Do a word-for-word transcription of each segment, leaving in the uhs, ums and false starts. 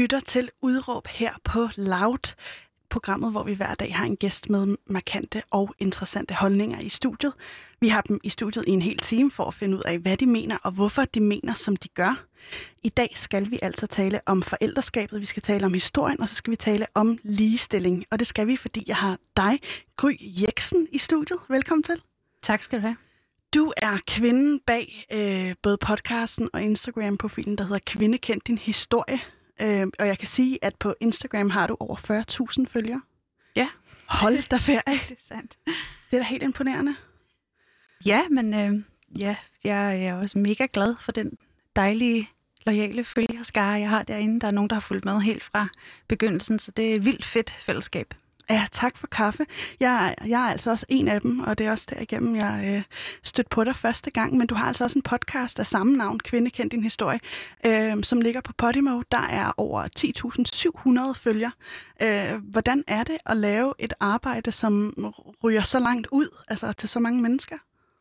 lytter til Udråb her på Loud, programmet, hvor vi hver dag har en gæst med markante og interessante holdninger i studiet. Vi har dem i studiet i en hel time for at finde ud af, hvad de mener og hvorfor de mener, som de gør. I dag skal vi altså tale om forældreskabet, vi skal tale om historien, og så skal vi tale om ligestilling. Og det skal vi, fordi jeg har dig, Gry Jeksen, i studiet. Velkommen til. Tak skal du have. Du er kvinden bag øh, både podcasten og Instagram-profilen, der hedder Kvinde Kend Din Historie. Øh, og jeg kan sige, at på Instagram har du over fyrre tusind følgere. Ja. Hold da ferie. Det er sandt. Det er da helt imponerende. Ja, men øh, ja, jeg er også mega glad for den dejlige, loyale følgerskare, jeg har derinde. Der er nogen, der har fulgt med helt fra begyndelsen, så det er et vildt fedt fællesskab. Ja, tak for kaffe. Jeg, jeg er altså også en af dem, og det er også derigennem, jeg øh, stødte på dig første gang. Men du har altså også en podcast af samme navn, Kvinde Kend Din Historie, øh, som ligger på Podimo. Der er over ti tusind syv hundrede følger. Øh, hvordan er det at lave et arbejde, som ryger så langt ud, altså til så mange mennesker?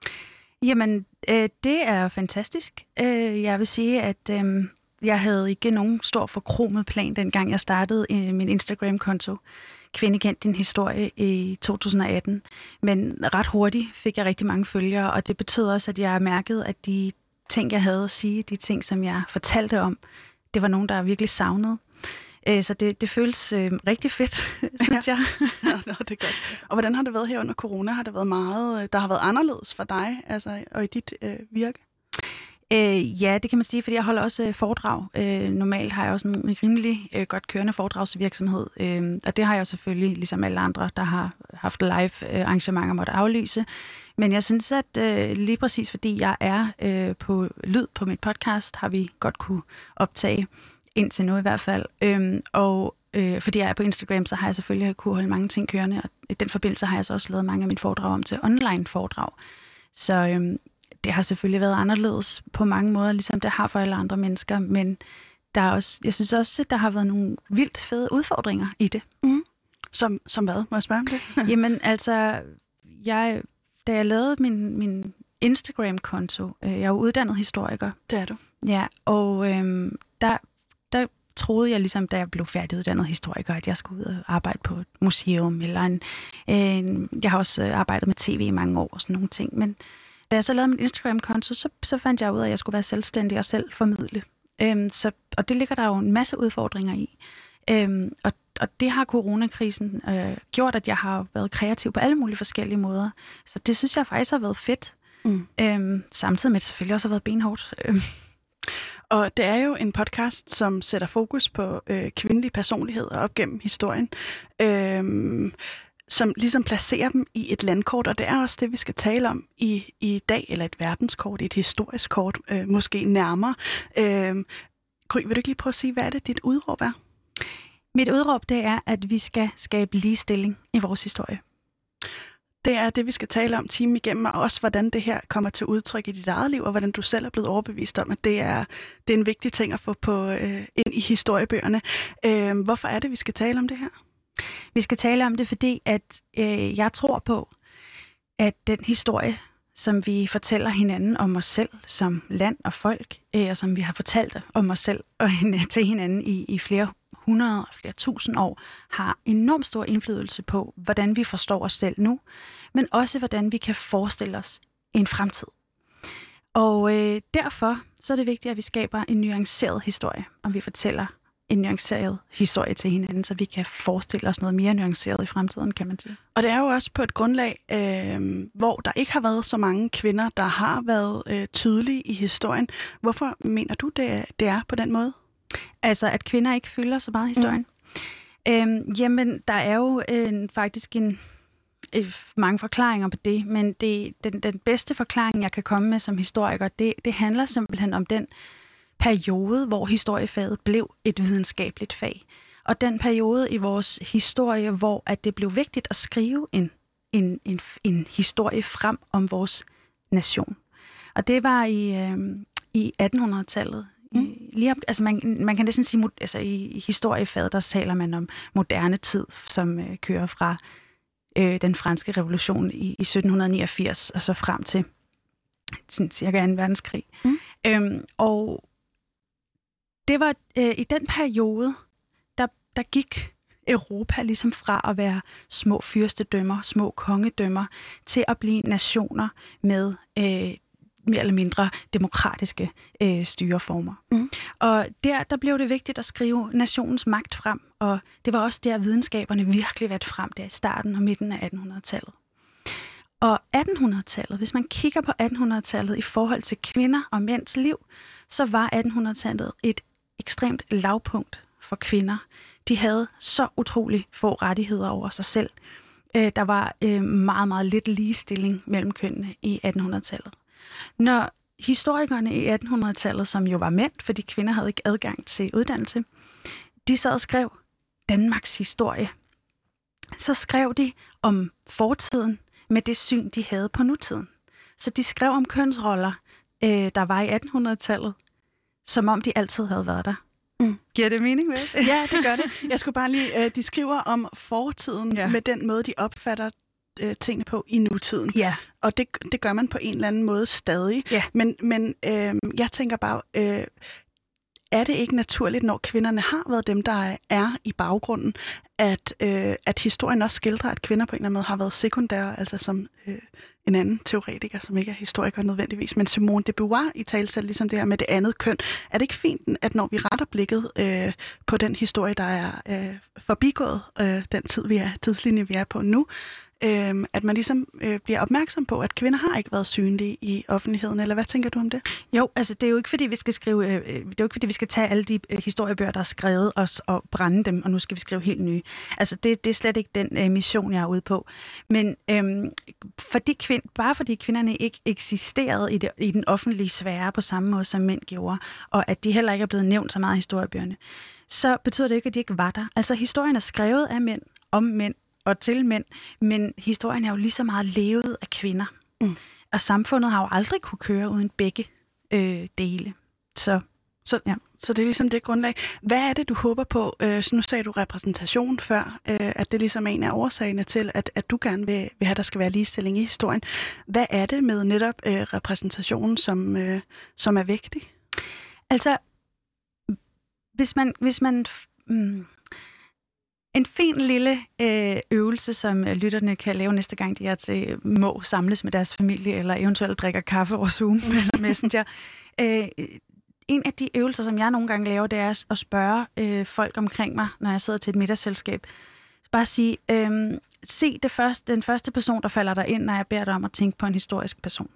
Jamen, øh, det er fantastisk. Øh, jeg vil sige, at øh, jeg havde ikke nogen stor forkromet plan, dengang jeg startede øh, min Instagram-konto. Kvinde Kend Din Historie i to tusind og atten. Men ret hurtigt fik jeg rigtig mange følgere, og det betød også, at jeg mærkede, at de ting, jeg havde at sige, de ting, som jeg fortalte om, det var nogen, der virkelig savnede. Så det, det føles øh, rigtig fedt, synes jeg. Ja, det er godt. Og hvordan har det været her under corona? Har det været meget, der har været anderledes for dig, altså, og i dit øh, virke? Øh, ja, det kan man sige, fordi jeg holder også øh, foredrag. Øh, normalt har jeg også en rimelig øh, godt kørende foredragsvirksomhed, øh, og det har jeg selvfølgelig, ligesom alle andre, der har haft live øh, arrangementer, måtte aflyse. Men jeg synes, at øh, lige præcis fordi jeg er øh, på lyd på mit podcast, har vi godt kunne optage, indtil nu i hvert fald. Øh, og øh, fordi jeg er på Instagram, så har jeg selvfølgelig kunne holde mange ting kørende, og i den forbindelse har jeg så også lavet mange af mine foredrag om til online foredrag. Så øh, det har selvfølgelig været anderledes på mange måder, ligesom det har for alle andre mennesker, men der er også, jeg synes også, at der har været nogle vildt fede udfordringer i det. Mm. Som, som hvad? Må jeg spørge om det? Jamen altså, jeg, da jeg lavede min, min Instagram-konto, øh, jeg er jo uddannet historiker. Det er du. Ja, og øh, der, der troede jeg ligesom, da jeg blev færdiguddannet historiker, at jeg skulle ud og arbejde på et museum, eller en, en jeg har også arbejdet med tv i mange år og sådan nogle ting, men da jeg så lavede min Instagram-konto, så, så fandt jeg ud af, at jeg skulle være selvstændig og selv formidle. Øhm, så, og det ligger der jo en masse udfordringer i. Øhm, og, og det har coronakrisen øh, gjort, at jeg har været kreativ på alle mulige forskellige måder. Så det synes jeg faktisk har været fedt. Mm. Øhm, samtidig med, at det selvfølgelig også har været benhårdt. Øhm. Og det er jo en podcast, som sætter fokus på øh, kvindelig personlighed og op gennem historien. Øhm, som ligesom placerer dem i et landkort, og det er også det, vi skal tale om i, i dag, eller et verdenskort, et historisk kort, øh, måske nærmere. Øh, Gry, vil du ikke lige prøve at sige, hvad er det, dit udråb er? Mit udråb, det er, at vi skal skabe ligestilling i vores historie. Det er det, vi skal tale om timen igennem, og også hvordan det her kommer til udtryk i dit eget liv, og hvordan du selv er blevet overbevist om, at det er, det er en vigtig ting at få på, øh, ind i historiebøgerne. Øh, hvorfor er det, vi skal tale om det her? Vi skal tale om det, fordi at øh, jeg tror på, at den historie, som vi fortæller hinanden om os selv som land og folk, øh, og som vi har fortalt om os selv og til hinanden i, i flere hundrede og flere tusind år, har enormt stor indflydelse på, hvordan vi forstår os selv nu, men også hvordan vi kan forestille os en fremtid. Og øh, derfor så er det vigtigt, at vi skaber en nuanceret historie, og vi fortæller en nuanceret historie til hinanden, så vi kan forestille os noget mere nuanceret i fremtiden, kan man sige. Og det er jo også på et grundlag, øh, hvor der ikke har været så mange kvinder, der har været øh, tydelige i historien. Hvorfor mener du, det, det er på den måde? Altså, at kvinder ikke fylder så meget i historien? Mm. Øhm, jamen, der er jo øh, faktisk en, øh, mange forklaringer på det, men det, den, den bedste forklaring, jeg kan komme med som historiker, det, det handler simpelthen om den periode, hvor historiefaget blev et videnskabeligt fag. Og den periode i vores historie, hvor at det blev vigtigt at skrive en, en, en, en historie frem om vores nation. Og det var i, øh, i attenhundredetallet. Mm. I, lige op, altså man, man kan næsten sige, altså i historiefaget, der taler man om moderne tid, som øh, kører fra øh, den franske revolution i, i sytten niogfirs og så frem til sådan, cirka anden verdenskrig. Mm. Øhm, og det var øh, i den periode, der gik Europa ligesom fra at være små fyrstedømmer, små kongedømmer, til at blive nationer med øh, mere eller mindre demokratiske øh, styreformer. Mm. Og der, der blev det vigtigt at skrive nationens magt frem, og det var også der, videnskaberne virkelig var frem der i starten og midten af attenhundredetallet. Og attenhundredetallet, hvis man kigger på attenhundredetallet i forhold til kvinder og mænds liv, så var attenhundredetallet et ekstremt lavpunkt for kvinder. De havde så utrolig få rettigheder over sig selv. Der var meget, meget lidt ligestilling mellem kønnene i attenhundredetallet. Når historikerne i attenhundredetallet, som jo var mænd, fordi kvinder havde ikke adgang til uddannelse, de sad og skrev Danmarks historie, så skrev de om fortiden med det syn, de havde på nutiden. Så de skrev om kønsroller, øh, der var i attenhundredetallet, som om de altid havde været der. Mm. Giver det mening, vil jeg sige? Ja, det gør det. Jeg skulle bare lige, øh, de skriver om fortiden ja. med den måde, de opfatter øh, tingene på i nutiden. Ja. Og det, det gør man på en eller anden måde stadig. Ja. Men, men øh, jeg tænker bare, øh, er det ikke naturligt, når kvinderne har været dem, der er i baggrunden, at, øh, at historien også skildrer, at kvinder på en eller anden måde har været sekundære, altså som øh, en anden teoretiker, som ikke er historiker nødvendigvis, men Simone de Beauvoir i talsæt ligesom det her med det andet køn. Er det ikke fint, at når vi retter blikket øh, på den historie, der er øh, forbigået, øh, den tid, vi er, tidslinje, vi er på nu, øh, at man ligesom øh, bliver opmærksom på, at kvinder har ikke været synlige i offentligheden, eller hvad tænker du om det? Jo, altså det er jo ikke fordi vi skal skrive, øh, det er jo ikke fordi vi skal tage alle de øh, historiebøger, der er skrevet os og brænde dem, og nu skal vi skrive helt nye. Altså det, det er slet ikke den øh, mission, jeg er ude på. Men øh, fordi kvind, bare fordi kvinderne ikke eksisterede i, det, i den offentlige sfære på samme måde, som mænd gjorde, og at de heller ikke er blevet nævnt så meget i historiebøgerne, så betyder det ikke, at de ikke var der. Altså historien er skrevet af mænd, om mænd og til mænd, men historien er jo lige så meget levet af kvinder. Mm. Og samfundet har jo aldrig kunne køre uden begge øh, dele. Så, så, ja. så det er ligesom det grundlag. Hvad er det, du håber på? Øh, så nu sagde du repræsentation før, øh, at det ligesom er en af årsagerne til, at, at du gerne vil, vil have, at der skal være ligestilling i historien. Hvad er det med netop øh, repræsentationen, som, øh, som er vigtig? Altså, hvis man... Hvis man mm, En fin lille øh, øvelse, som lytterne kan lave næste gang, de er til må samles med deres familie, eller eventuelt drikker kaffe over Zoom eller Messenger. Øh, en af de øvelser, som jeg nogle gange laver, det er at spørge øh, folk omkring mig, når jeg sidder til et middagsselskab. Bare sige, øh, se det første, den første person, der falder dig ind, når jeg beder dig om at tænke på en historisk person.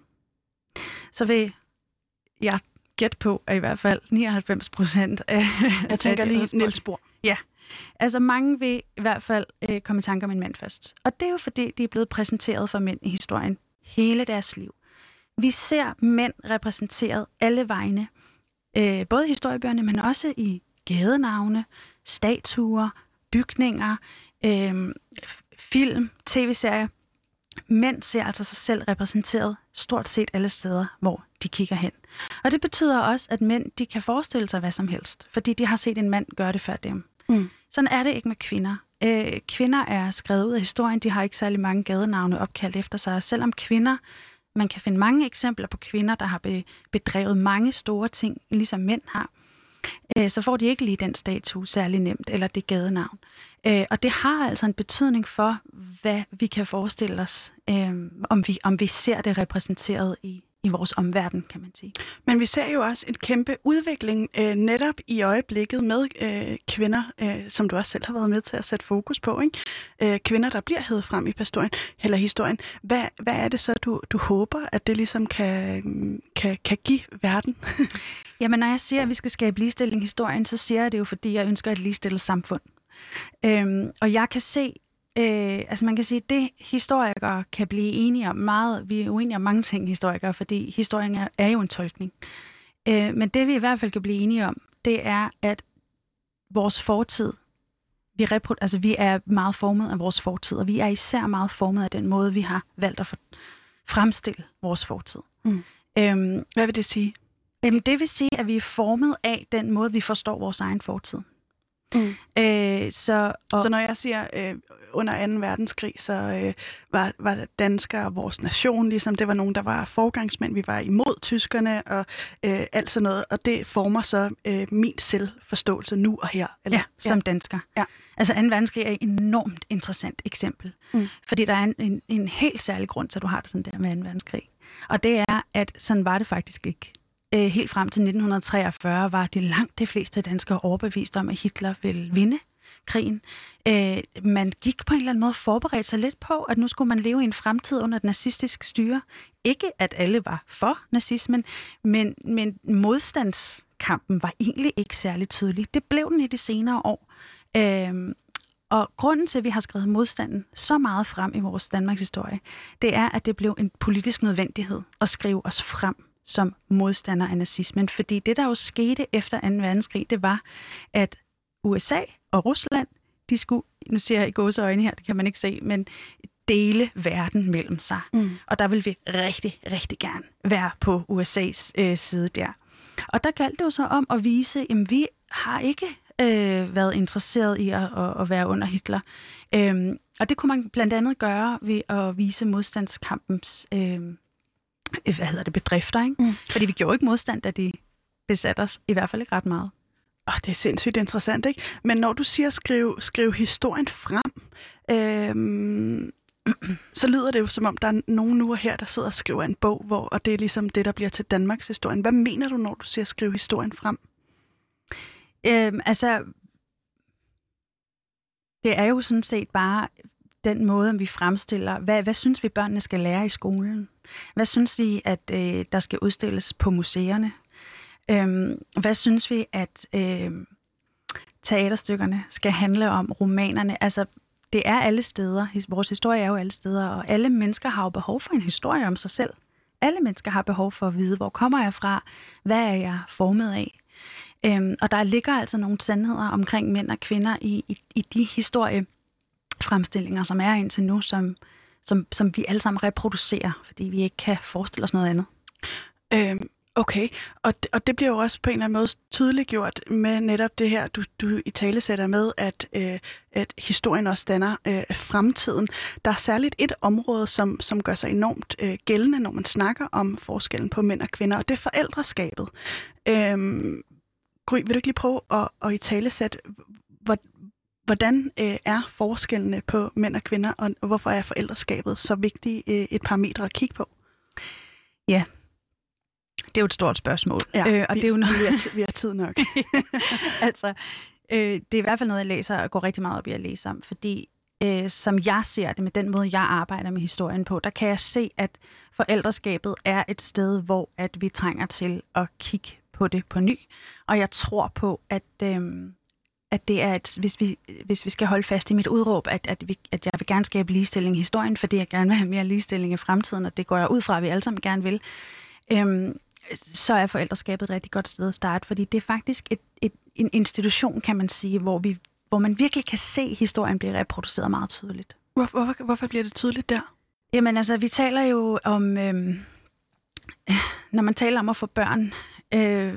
Så vil jeg gætte på, at i hvert fald nioghalvfems procent af... Jeg tænker af lige Niels Bohr. Ja. Altså mange vil i hvert fald øh, komme i tanke om en mand først. Og det er jo fordi, de er blevet præsenteret for mænd i historien hele deres liv. Vi ser mænd repræsenteret alle vegne. Øh, både i historiebøgerne, men også i gadenavne, statuer, bygninger, øh, film, tv-serier. Mænd ser altså sig selv repræsenteret stort set alle steder, hvor de kigger hen. Og det betyder også, at mænd de kan forestille sig hvad som helst, fordi de har set en mand gøre det før dem. Mm. Sådan er det ikke med kvinder. Øh, kvinder er skrevet ud af historien, de har ikke særlig mange gadenavne opkaldt efter sig. Og selvom kvinder, man kan finde mange eksempler på kvinder, der har be, bedrevet mange store ting, ligesom mænd har, øh, så får de ikke lige den statue særlig nemt, eller det gadenavn. Øh, og det har altså en betydning for, hvad vi kan forestille os, øh, om, vi, om vi ser det repræsenteret i i vores omverden, kan man sige. Men vi ser jo også en kæmpe udvikling øh, netop i øjeblikket med øh, kvinder, øh, som du også selv har været med til at sætte fokus på, ikke? Øh, kvinder, der bliver hævet frem i historien. Eller historien. Hvad, hvad er det så, du, du håber, at det ligesom kan, kan, kan give verden? Jamen, når jeg siger, at vi skal skabe ligestilling i historien, så siger jeg det jo, fordi jeg ønsker et ligestillet samfund. Øhm, og jeg kan se, Øh, altså man kan sige, at det historikere kan blive enige om meget, vi er uenige om mange ting historikere, fordi historien er, er jo en tolkning. Øh, men det vi i hvert fald kan blive enige om, det er, at vores fortid, vi, repro- altså, vi er meget formet af vores fortid, og vi er især meget formet af den måde, vi har valgt at for- fremstille vores fortid. Mm. Øhm, Hvad vil det sige? Øhm, det vil sige, at vi er formet af den måde, vi forstår vores egen fortid. Mm. Øh, så, og, så når jeg siger øh, under anden verdenskrig, så øh, var, var danskere vores nation, ligesom det var nogen, der var forgangsmænd. Vi var imod tyskerne og øh, alt sådan noget, og det former så øh, min selvforståelse nu og her. Eller? Ja, som dansker. Ja. Altså anden verdenskrig er et enormt interessant eksempel, mm. fordi der er en, en, en helt særlig grund til, at du har det sådan der med anden verdenskrig. Og det er, at sådan var det faktisk ikke. Øh, helt frem til nitten treogfyrre var de langt de fleste danskere overbevist om, at Hitler ville vinde krigen. Øh, man gik på en eller anden måde forberedt sig lidt på, at nu skulle man leve i en fremtid under et nazistisk styre. Ikke at alle var for nazismen, men, men modstandskampen var egentlig ikke særlig tydelig. Det blev den i de senere år. Øh, og grunden til, at vi har skrevet modstanden så meget frem i vores Danmarks historie, det er, at det blev en politisk nødvendighed at skrive os frem som modstander af nazismen. Fordi det, der jo skete efter anden verdenskrig, det var, at U S A og Rusland, de skulle, nu siger jeg i gåseøjne her, det kan man ikke se, men dele verden mellem sig. Mm. Og der vil vi rigtig, rigtig gerne være på U S A's øh, side der. Og der galt det jo så om at vise, at vi har ikke øh, været interesseret i at, at, at være under Hitler. Øhm, og det kunne man blandt andet gøre ved at vise modstandskampens øh, hvad hedder det, bedrifter, ikke? Mm. Fordi vi gjorde ikke modstand, da de besatte os, i hvert fald ikke ret meget. Oh, det er sindssygt interessant, ikke? Men når du siger skrive, skrive historien frem, øhm, så lyder det jo som om, der er nogen nu og her, der sidder og skriver en bog, hvor, og det er ligesom det, der bliver til Danmarks historien. Hvad mener du, når du siger skrive historien frem? Øhm, altså, det er jo sådan set bare den måde, vi fremstiller. Hvad, hvad synes vi, børnene skal lære i skolen? Hvad synes de, at øh, der skal udstilles på museerne? Øhm, hvad synes vi, at øh, teaterstykkerne skal handle om, romanerne? Altså, det er alle steder. Vores historie er jo alle steder, og alle mennesker har jo behov for en historie om sig selv. Alle mennesker har behov for at vide, hvor kommer jeg fra? Hvad er jeg formet af? Øhm, og der ligger altså nogle sandheder omkring mænd og kvinder i, i, i de historiefremstillinger, som er indtil nu, som, som, som vi alle sammen reproducerer, fordi vi ikke kan forestille os noget andet. Øhm. Okay, og det, og det bliver jo også på en eller anden måde tydeliggjort med netop det her, du, du i tale sætter med, at, øh, at historien også danner øh, fremtiden. Der er særligt et område, som, som gør sig enormt øh, gældende, når man snakker om forskellen på mænd og kvinder, og det er forældreskabet. Øhm, Gry, vil du ikke lige prøve at, at i tale sætte, hvordan øh, er forskellene på mænd og kvinder, og, og hvorfor er forældreskabet så vigtigt øh, et parametre at kigge på? Ja. Det er jo et stort spørgsmål. Ja, øh, og vi, det er jo noget, vi, har t- vi har tid nok. altså, øh, det er i hvert fald noget, jeg læser og går rigtig meget op i at læse om, fordi øh, som jeg ser det med den måde, jeg arbejder med historien på, der kan jeg se, at forældreskabet er et sted, hvor at vi trænger til at kigge på det på ny. Og jeg tror på, at, øh, at det er, et, hvis, vi, hvis vi skal holde fast i mit udråb, at, at, vi, at jeg vil gerne skabe ligestilling i historien, fordi jeg gerne vil have mere ligestilling i fremtiden, og det går jeg ud fra, at vi alle sammen gerne vil. Øh, så er forældreskabet et rigtig godt sted at starte, fordi det er faktisk et, et, en institution, kan man sige, hvor, vi, hvor man virkelig kan se historien blive reproduceret meget tydeligt. Hvorfor, hvorfor, hvorfor bliver det tydeligt der? Jamen altså, vi taler jo om, øhm, når man taler om at få børn øh,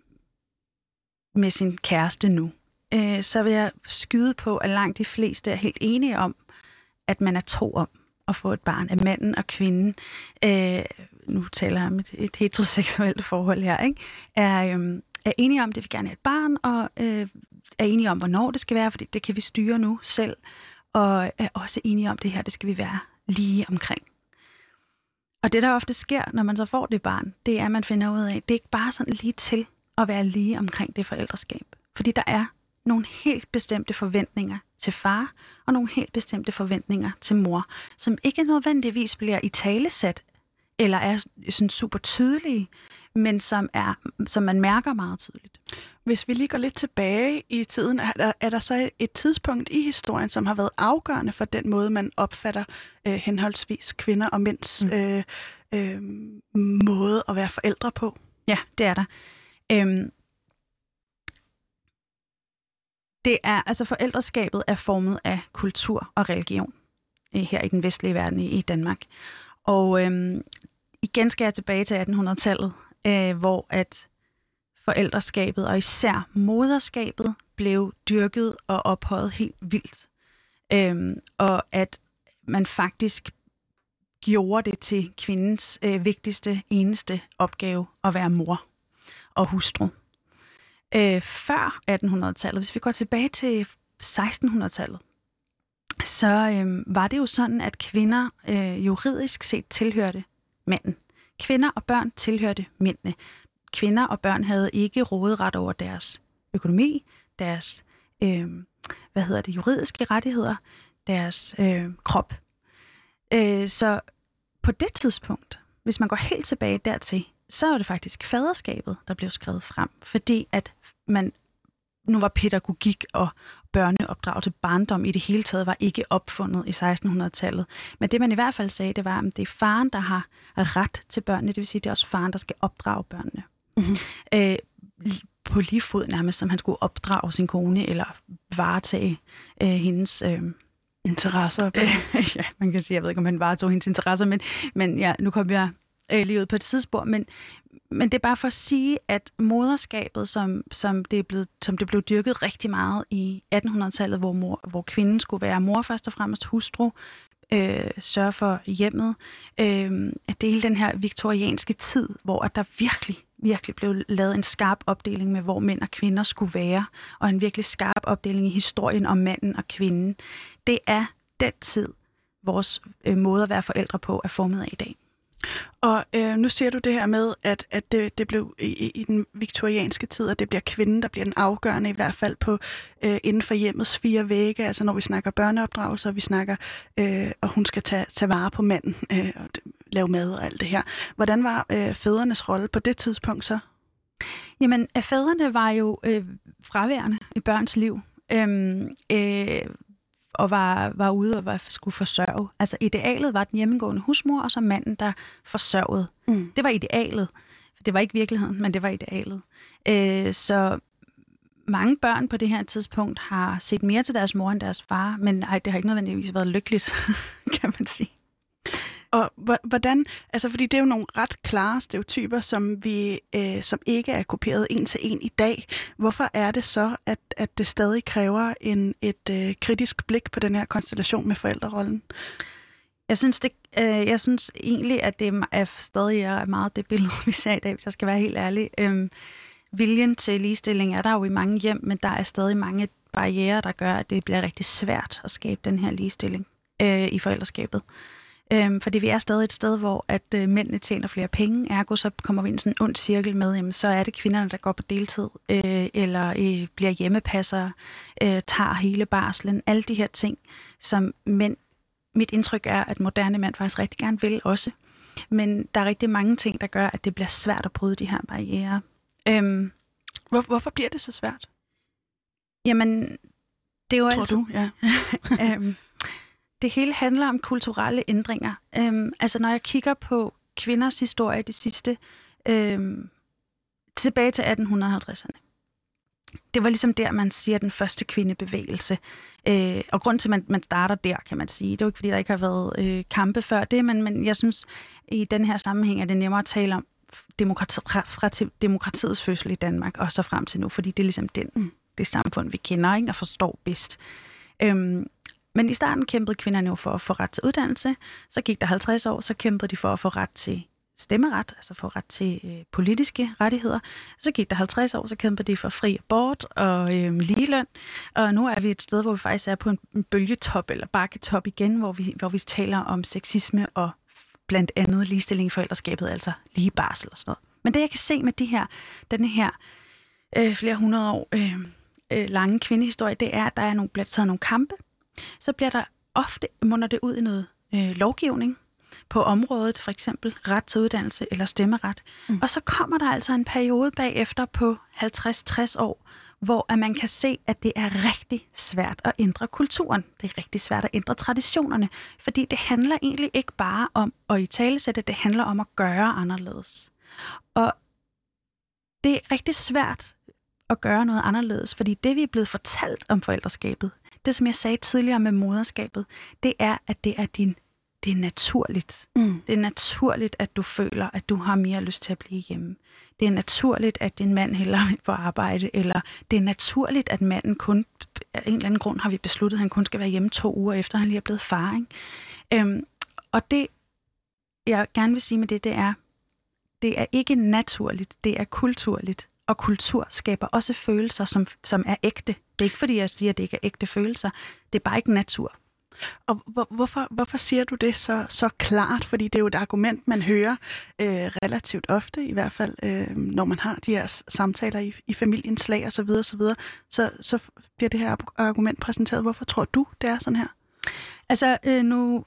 med sin kæreste nu, øh, så vil jeg skyde på, at langt de fleste er helt enige om, at man er to om at få et barn, at manden og kvinden, øh, nu taler jeg om et, et heteroseksuelt forhold her, ikke? Er, øhm, er enige om, at det vil gerne have et barn, og øh, er enige om, hvornår det skal være, for det, det kan vi styre nu selv, og er også enige om, det her, det skal vi være lige omkring. Og det, der ofte sker, når man så får det barn, det er, at man finder ud af, at det er ikke bare sådan lige til at være lige omkring det forældreskab. Fordi der er nogle helt bestemte forventninger til far, og nogle helt bestemte forventninger til mor, som ikke nødvendigvis bliver italesat, eller er sådan super tydelige, men som, er, som man mærker meget tydeligt. Hvis vi lige går lidt tilbage i tiden, er der, er der så et tidspunkt i historien, som har været afgørende for den måde, man opfatter øh, henholdsvis kvinder og mænds mm. øh, øh, måde at være forældre på? Ja, det er der. Øhm, det er, altså forældreskabet er formet af kultur og religion her i den vestlige verden, i, i Danmark. Og øhm, igen skal jeg tilbage til attenhundredetallet, øh, hvor at forældreskabet og især moderskabet blev dyrket og ophøjet helt vildt. Øhm, og at man faktisk gjorde det til kvindens øh, vigtigste, eneste opgave at være mor og hustru. Øh, før attenhundredetallet, hvis vi går tilbage til sekstenhundredetallet, så øh, var det jo sådan, at kvinder øh, juridisk set tilhørte manden. Kvinder og børn tilhørte mændene. Kvinder og børn havde ikke råderet over deres økonomi, deres øh, hvad hedder det, juridiske rettigheder, deres øh, krop. Øh, så på det tidspunkt, hvis man går helt tilbage dertil, så er det faktisk faderskabet, der blev skrevet frem, fordi at man nu var pædagogik og børneopdragelse, barndom i det hele taget, var ikke opfundet i sekstenhundredetallet. Men det man i hvert fald sagde, det var, at det er faren, der har ret til børnene, det vil sige, det er også faren, der skal opdrage børnene. Mm-hmm. Øh, på lige fod nærmest, som han skulle opdrage sin kone, eller varetage øh, hendes øh, interesser. Øh, ja, man kan sige, jeg ved ikke, om han varetog hendes interesser, men, men ja, nu kommer jeg øh, lige ud på et tidsspor, men Men det er bare for at sige, at moderskabet, som, som, det, er blevet, som det blev dyrket rigtig meget i attenhundredetallet, hvor, mor, hvor kvinden skulle være mor først og fremmest, hustru, øh, sørge for hjemmet, øh, at det er hele den her viktorianske tid, hvor at der virkelig, virkelig blev lavet en skarp opdeling med, hvor mænd og kvinder skulle være, og en virkelig skarp opdeling i historien om manden og kvinden. Det er den tid, vores øh, måde at være forældre på er formet af i dag. Og øh, nu siger du det her med, at, at det, det blev i, i den viktorianske tid, at det bliver kvinden, der bliver den afgørende, i hvert fald på øh, inden for hjemmets fire vægge, altså når vi snakker børneopdragelse, og vi snakker, øh, og hun skal tage, tage vare på manden, øh, og lave mad og alt det her. Hvordan var øh, fædrenes rolle på det tidspunkt så? Jamen, fædrene var jo øh, fraværende i børns liv. Øhm, øh, og var, var ude og var, skulle forsørge. Altså idealet var den hjemmegående husmor, og så manden, der forsørgede. Mm. Det var idealet. Det var ikke virkeligheden, men det var idealet. Øh, så mange børn på det her tidspunkt har set mere til deres mor end deres far, men ej, det har ikke nødvendigvis været lykkeligt, kan man sige. Og hvordan, altså fordi det er jo nogle ret klare stereotyper, som vi, øh, som ikke er kopieret en til en i dag. Hvorfor er det så, at, at det stadig kræver en, et øh, kritisk blik på den her konstellation med forældrerollen? Jeg synes, det, øh, jeg synes egentlig, at det er stadig er meget det billede, vi ser i dag, hvis jeg skal være helt ærlig. Øhm, viljen til ligestilling er der jo i mange hjem, men der er stadig mange barrierer, der gør, at det bliver rigtig svært at skabe den her ligestilling øh, i forældreskabet. Øhm, fordi vi er stadig et sted, hvor at øh, mændene tjener flere penge, ergo så kommer vi ind i sådan en ond cirkel med, jamen, så er det kvinderne, der går på deltid, øh, eller øh, bliver hjemmepassere, øh, tager hele barslen, alle de her ting, som mænd, mit indtryk er, at moderne mænd faktisk rigtig gerne vil også. Men der er rigtig mange ting, der gør, at det bliver svært at bryde de her barrierer. Øhm, Hvor, hvorfor bliver det så svært? Jamen, det er jo Tror altså... du, ja. øhm, Det hele handler om kulturelle ændringer. Øhm, altså når jeg kigger på kvinders historie de sidste, øhm, tilbage til atten halvtredserne. Det var ligesom der, man siger den første kvindebevægelse. Øh, og grund til, at man, man starter der, kan man sige. Det er jo ikke, fordi der ikke har været øh, kampe før det, men, men jeg synes, i den her sammenhæng er det nemmere at tale om demokrati, fra, fra til demokratiets fødsel i Danmark, og så frem til nu, fordi det er ligesom den, mm. det samfund, vi kender, ikke, og forstår bedst. Øhm, Men i starten kæmpede kvinderne jo for at få ret til uddannelse. Så gik der halvtreds år, så kæmpede de for at få ret til stemmeret, altså få ret til øh, politiske rettigheder. Så gik der halvtreds år, så kæmpede de for fri abort og øh, ligeløn. Og nu er vi et sted, hvor vi faktisk er på en, en bølgetop eller bakketop igen, hvor vi, hvor vi taler om sexisme og blandt andet ligestilling i forældreskabet, altså lige barsel og sådan noget. Men det jeg kan se med de her, denne her øh, flere hundrede år øh, øh, lange kvindehistorie, det er, at der er nogle, bliver taget nogle kampe. Så bliver der ofte, munder det ud i noget øh, lovgivning på området, for eksempel ret til uddannelse eller stemmeret. Mm. Og så kommer der altså en periode bagefter på halvtreds til tres år, hvor at man kan se, at det er rigtig svært at ændre kulturen. Det er rigtig svært at ændre traditionerne, fordi det handler egentlig ikke bare om at italesætte, det handler om at gøre anderledes. Og det er rigtig svært at gøre noget anderledes, fordi det, vi er blevet fortalt om forældreskabet, det, som jeg sagde tidligere med moderskabet, det er, at det er din det er naturligt. Mm. Det er naturligt, at du føler, at du har mere lyst til at blive hjemme. Det er naturligt, at din mand hellere vil på arbejde, eller det er naturligt, at manden kun, af en eller anden grund har vi besluttet, at han kun skal være hjemme to uger efter, han lige er blevet far. Ikke? Øhm, og det, jeg gerne vil sige med det, det er, det er ikke naturligt, det er kulturligt. Og kultur skaber også følelser, som, som er ægte. Det er ikke, fordi jeg siger, at det ikke er ægte følelser. Det er bare ikke natur. Og hvor, hvorfor, hvorfor siger du det så, så klart? Fordi det er jo et argument, man hører øh, relativt ofte, i hvert fald, øh, når man har de her samtaler i, i familiens lag og så videre, så videre. Så, så bliver det her argument præsenteret. Hvorfor tror du, det er sådan her? Altså, øh, nu...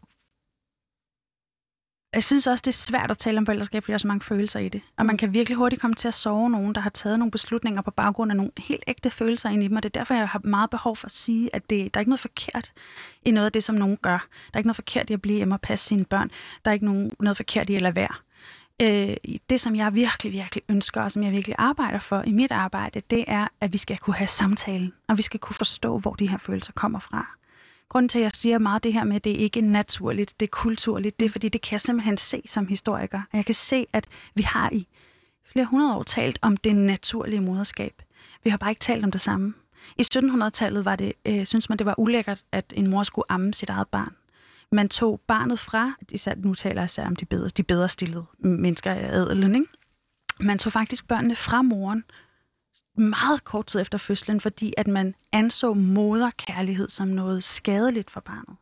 Jeg synes også, det er svært at tale om forældreskab, fordi der er så mange følelser i det. Og man kan virkelig hurtigt komme til at sove nogen, der har taget nogle beslutninger på baggrund af nogle helt ægte følelser ind i dem. Og det er derfor, jeg har meget behov for at sige, at det, der er ikke noget forkert i noget af det, som nogen gør. Der er ikke noget forkert i at blive hjemme og passe sine børn. Der er ikke nogen, noget forkert i at lade være. Øh, det, som jeg virkelig, virkelig ønsker, og som jeg virkelig arbejder for i mit arbejde, det er, at vi skal kunne have samtalen, og vi skal kunne forstå, hvor de her følelser kommer fra. Grunden til, at jeg siger meget det her med, at det ikke er naturligt, det er kulturligt, det er, fordi det kan jeg simpelthen se som historiker. Jeg kan se, at vi har i flere hundrede år talt om det naturlige moderskab. Vi har bare ikke talt om det samme. I syttenhundredetallet var det, øh, synes man, det var ulækkert, at en mor skulle amme sit eget barn. Man tog barnet fra, især, nu taler jeg især om de bedre, de bedre stillede mennesker af adelen, ikke? Man tog faktisk børnene fra moren, meget kort tid efter fødslen, fordi at man anså moderkærlighed som noget skadeligt for barnet.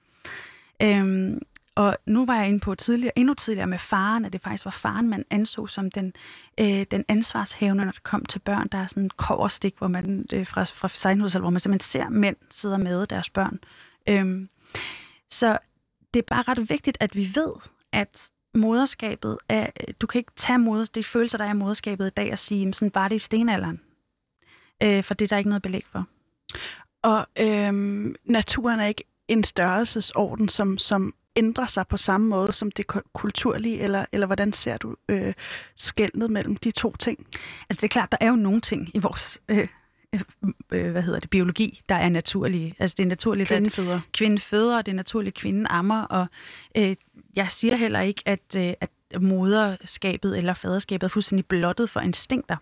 Øhm, og nu var jeg inde på tidligere, endnu tidligere med faren, at det faktisk var faren, man anså som den, øh, den ansvarshævende, når det kom til børn. Der er sådan en kobberstik, hvor man, øh, fra, fra sekstenhundredetallet, hvor man simpelthen ser mænd sidder med deres børn. Øhm, så det er bare ret vigtigt, at vi ved, at moderskabet er, du kan ikke tage moder, de følelser, der er i moderskabet i dag, og sige, sådan var det i stenalderen. Øh, for det er der ikke noget belæg for. Og øhm, naturen er ikke en størrelsesorden, som, som ændrer sig på samme måde som det kulturlige, eller, eller hvordan ser du øh, skelnet mellem de to ting? Altså det er klart, der er jo nogle ting i vores øh, øh, hvad hedder det, biologi, der er naturlige. Altså det er naturligt, kvinden føder. at kvinden føder, og det er naturligt, at kvinden ammer, og øh, jeg siger heller ikke, at, øh, at moderskabet eller faderskabet er fuldstændig blottet for instinkter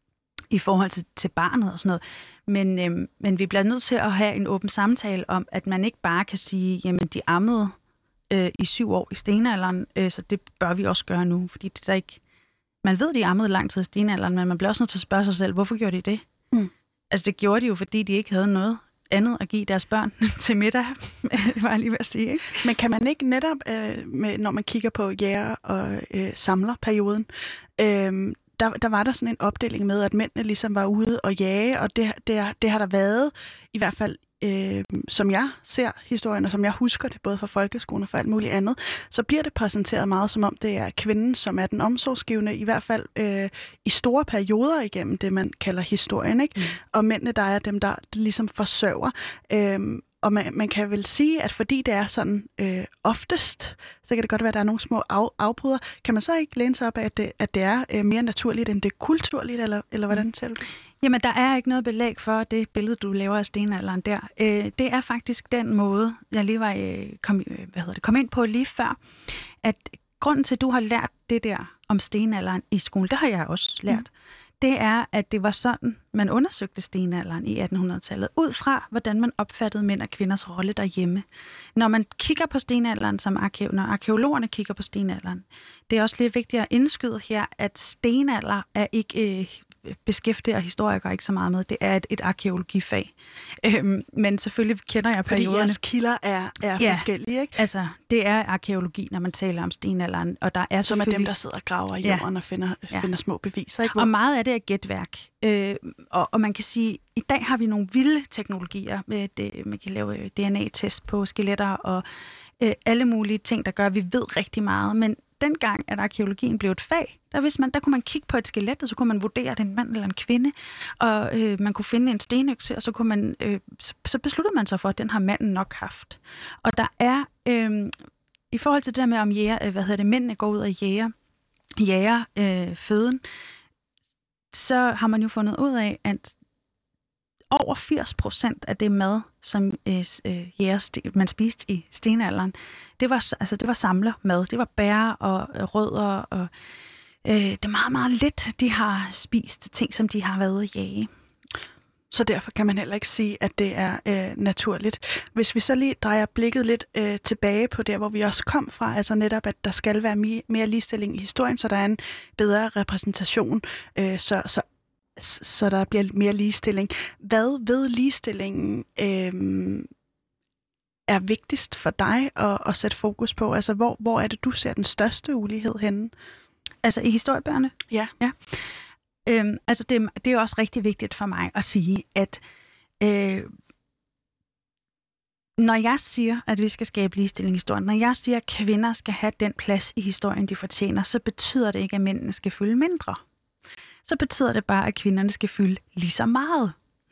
i forhold til, til barnet og sådan noget. Men, øh, men vi bliver nødt til at have en åben samtale om, at man ikke bare kan sige, jamen de ammede øh, i syv år i stenalderen, øh, så det bør vi også gøre nu, fordi det der ikke... Man ved, de ammede lang tid i stenalderen, men man bliver også nødt til at spørge sig selv, hvorfor gjorde de det? Mm. Altså det gjorde de jo, fordi de ikke havde noget andet at give deres børn til middag, var jeg lige ved at sige. Ikke? Men kan man ikke netop, øh, med, når man kigger på jæger- og øh, samlerperioden, øh, der, der var der sådan en opdeling med, at mændene ligesom var ude og jage, og det, det, det har der været, i hvert fald øh, som jeg ser historien, og som jeg husker det, både fra folkeskolen og for alt muligt andet, så bliver det præsenteret meget, som om det er kvinden, som er den omsorgsgivende, i hvert fald øh, i store perioder igennem det, man kalder historien, ikke? Mm. Og mændene, der er dem, der ligesom forsørger. Øh, Og man, man kan vel sige, at fordi det er sådan øh, oftest, så kan det godt være, at der er nogle små af, afbryder. Kan man så ikke læne sig op af, at det, at det er øh, mere naturligt, end det er kulturligt, eller, eller hvordan ser du det? Jamen, der er ikke noget belæg for det billede, du laver af stenalderen der. Øh, det er faktisk den måde, jeg lige var øh, kom, øh, hvad hedder det, kom ind på lige før, at grunden til, at du har lært det der om stenalderen i skolen, det har jeg også lært. Mm. Det er, at det var sådan, man undersøgte stenalderen i attenhundredetallet, ud fra, hvordan man opfattede mænd og kvinders rolle derhjemme. Når man kigger på stenalderen, som arke- når arkeologerne kigger på stenalderen, det er også lidt vigtigt at indskyde her, at stenalder er ikke øh, beskæftiger historikere ikke så meget med. Det er et, et arkeologifag. Øhm, men selvfølgelig kender jeg perioderne. Fordi jeres kilder er, er ja, forskellige, ikke? Altså, det er arkeologi, når man taler om stenalderen. Og der er som er dem, der sidder og graver i jorden ja. og finder, ja. finder små beviser, ikke? Hvor... Og meget af det er gætværk. Øh, og, og man kan sige, at i dag har vi nogle vilde teknologier. Med det, man kan lave D N A-test på skeletter og øh, alle mulige ting, der gør, at vi ved rigtig meget. Men dengang, at arkeologien blev et fag, der, hvis man, der kunne man kigge på et skelet, og så kunne man vurdere, at det er en mand eller en kvinde, og øh, man kunne finde en stenøkse, og så, kunne man, øh, så, så besluttede man sig for, at den har manden nok haft. Og der er, øh, i forhold til det der med, om jæger, hvad hedder det, mændene går ud og jæger, jæger øh, føden, så har man jo fundet ud af, at over firs procent af det mad, som øh, jæger, man spiste i stenalderen, det det var, altså, det var samlermad. Det var bær og øh, rødder, og øh, det er meget, meget lidt, de har spist ting, som de har været ude at jage. Så derfor kan man heller ikke sige, at det er øh, naturligt. Hvis vi så lige drejer blikket lidt øh, tilbage på der, hvor vi også kom fra, altså netop, at der skal være mi- mere ligestilling i historien, så der er en bedre repræsentation, øh, så, så, så der bliver mere ligestilling. Hvad ved ligestillingen øh, er vigtigst for dig at, at sætte fokus på? Altså, hvor, hvor er det, du ser den største ulighed henne? Altså i historiebøgerne? Ja. Ja. Øhm, altså det, det er også rigtig vigtigt for mig at sige, at øh, når jeg siger, at vi skal skabe ligestilling i historien, når jeg siger, at kvinder skal have den plads i historien, de fortjener, så betyder det ikke, at mændene skal fylde mindre. Så betyder det bare, at kvinderne skal fylde lige så meget.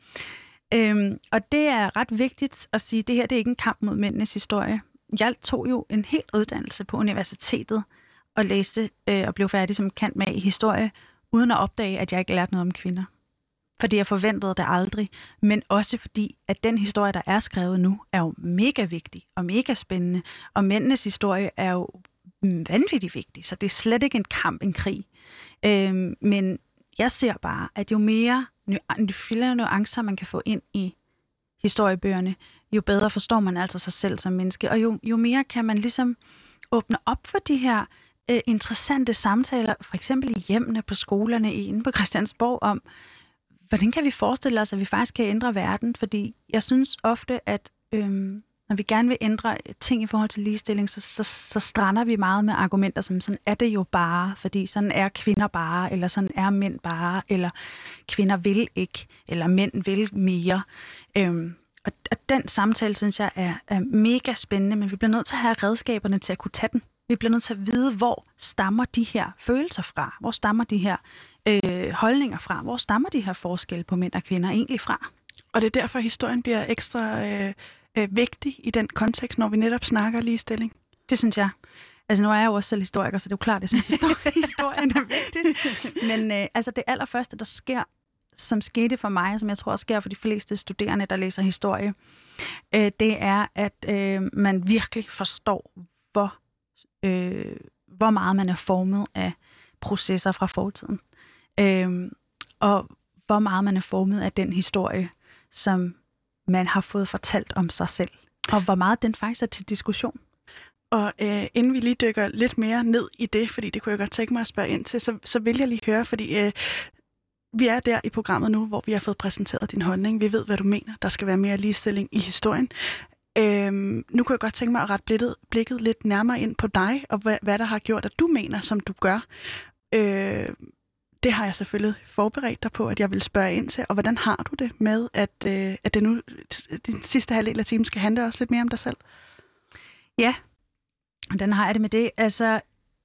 Øhm, og det er ret vigtigt at sige, at det her det er ikke en kamp mod mændenes historie. Jeg tog jo en hel uddannelse på universitetet og læste øh, og blev færdig som kant med i historie, uden at opdage, at jeg ikke lærte noget om kvinder. Fordi jeg forventede det aldrig, men også fordi, at den historie, der er skrevet nu, er jo mega vigtig og mega spændende, og mændenes historie er jo vanvittigt vigtig, så det er slet ikke en kamp, en krig. Øhm, men jeg ser bare, at jo mere nu- flere nuancer man kan få ind i historiebøgerne, jo bedre forstår man altså sig selv som menneske, og jo, jo mere kan man ligesom åbne op for de her øh, interessante samtaler, for eksempel i hjemmene, på skolerne, inde på Christiansborg, om, hvordan kan vi forestille os, at vi faktisk kan ændre verden? Fordi jeg synes ofte, at øhm, når vi gerne vil ændre ting i forhold til ligestilling, så, så, så strander vi meget med argumenter som, sådan er det jo bare, fordi sådan er kvinder bare, eller sådan er mænd bare, eller kvinder vil ikke, eller mænd vil mere. Øhm, og, og den samtale, synes jeg, er, er mega spændende, men vi bliver nødt til at have redskaberne til at kunne tage den. Vi bliver nødt til at vide, hvor stammer de her følelser fra? Hvor stammer de her øh, holdninger fra? Hvor stammer de her forskelle på mænd og kvinder egentlig fra? Og det er derfor, at historien bliver ekstra øh, øh, vigtig i den kontekst, når vi netop snakker ligestilling. Det synes jeg. Altså nu er jeg jo også selv historiker, så det er jo klart, at jeg synes, at historien er vigtig. Men øh, altså det allerførste, der sker, som skete for mig, som jeg tror sker for de fleste studerende, der læser historie, øh, det er, at øh, man virkelig forstår, hvor Øh, hvor meget man er formet af processer fra fortiden. Øh, og hvor meget man er formet af den historie, som man har fået fortalt om sig selv. Og hvor meget den faktisk er til diskussion. Og øh, inden vi lige dykker lidt mere ned i det, fordi det kunne jeg godt tænke mig at spørge ind til, så, så vil jeg lige høre, fordi øh, vi er der i programmet nu, hvor vi har fået præsenteret din holdning. Vi ved, hvad du mener. Der skal være mere ligestilling i historien. Øhm, nu kunne jeg godt tænke mig at rette blikket, blikket lidt nærmere ind på dig, og hvad, hvad der har gjort, at du mener, som du gør. Øh, det har jeg selvfølgelig forberedt dig på, at jeg vil spørge ind til. Og hvordan har du det med, at, øh, at det nu, din sidste halvdel af timen skal handle også lidt mere om dig selv? Ja, hvordan har jeg det med det? Altså,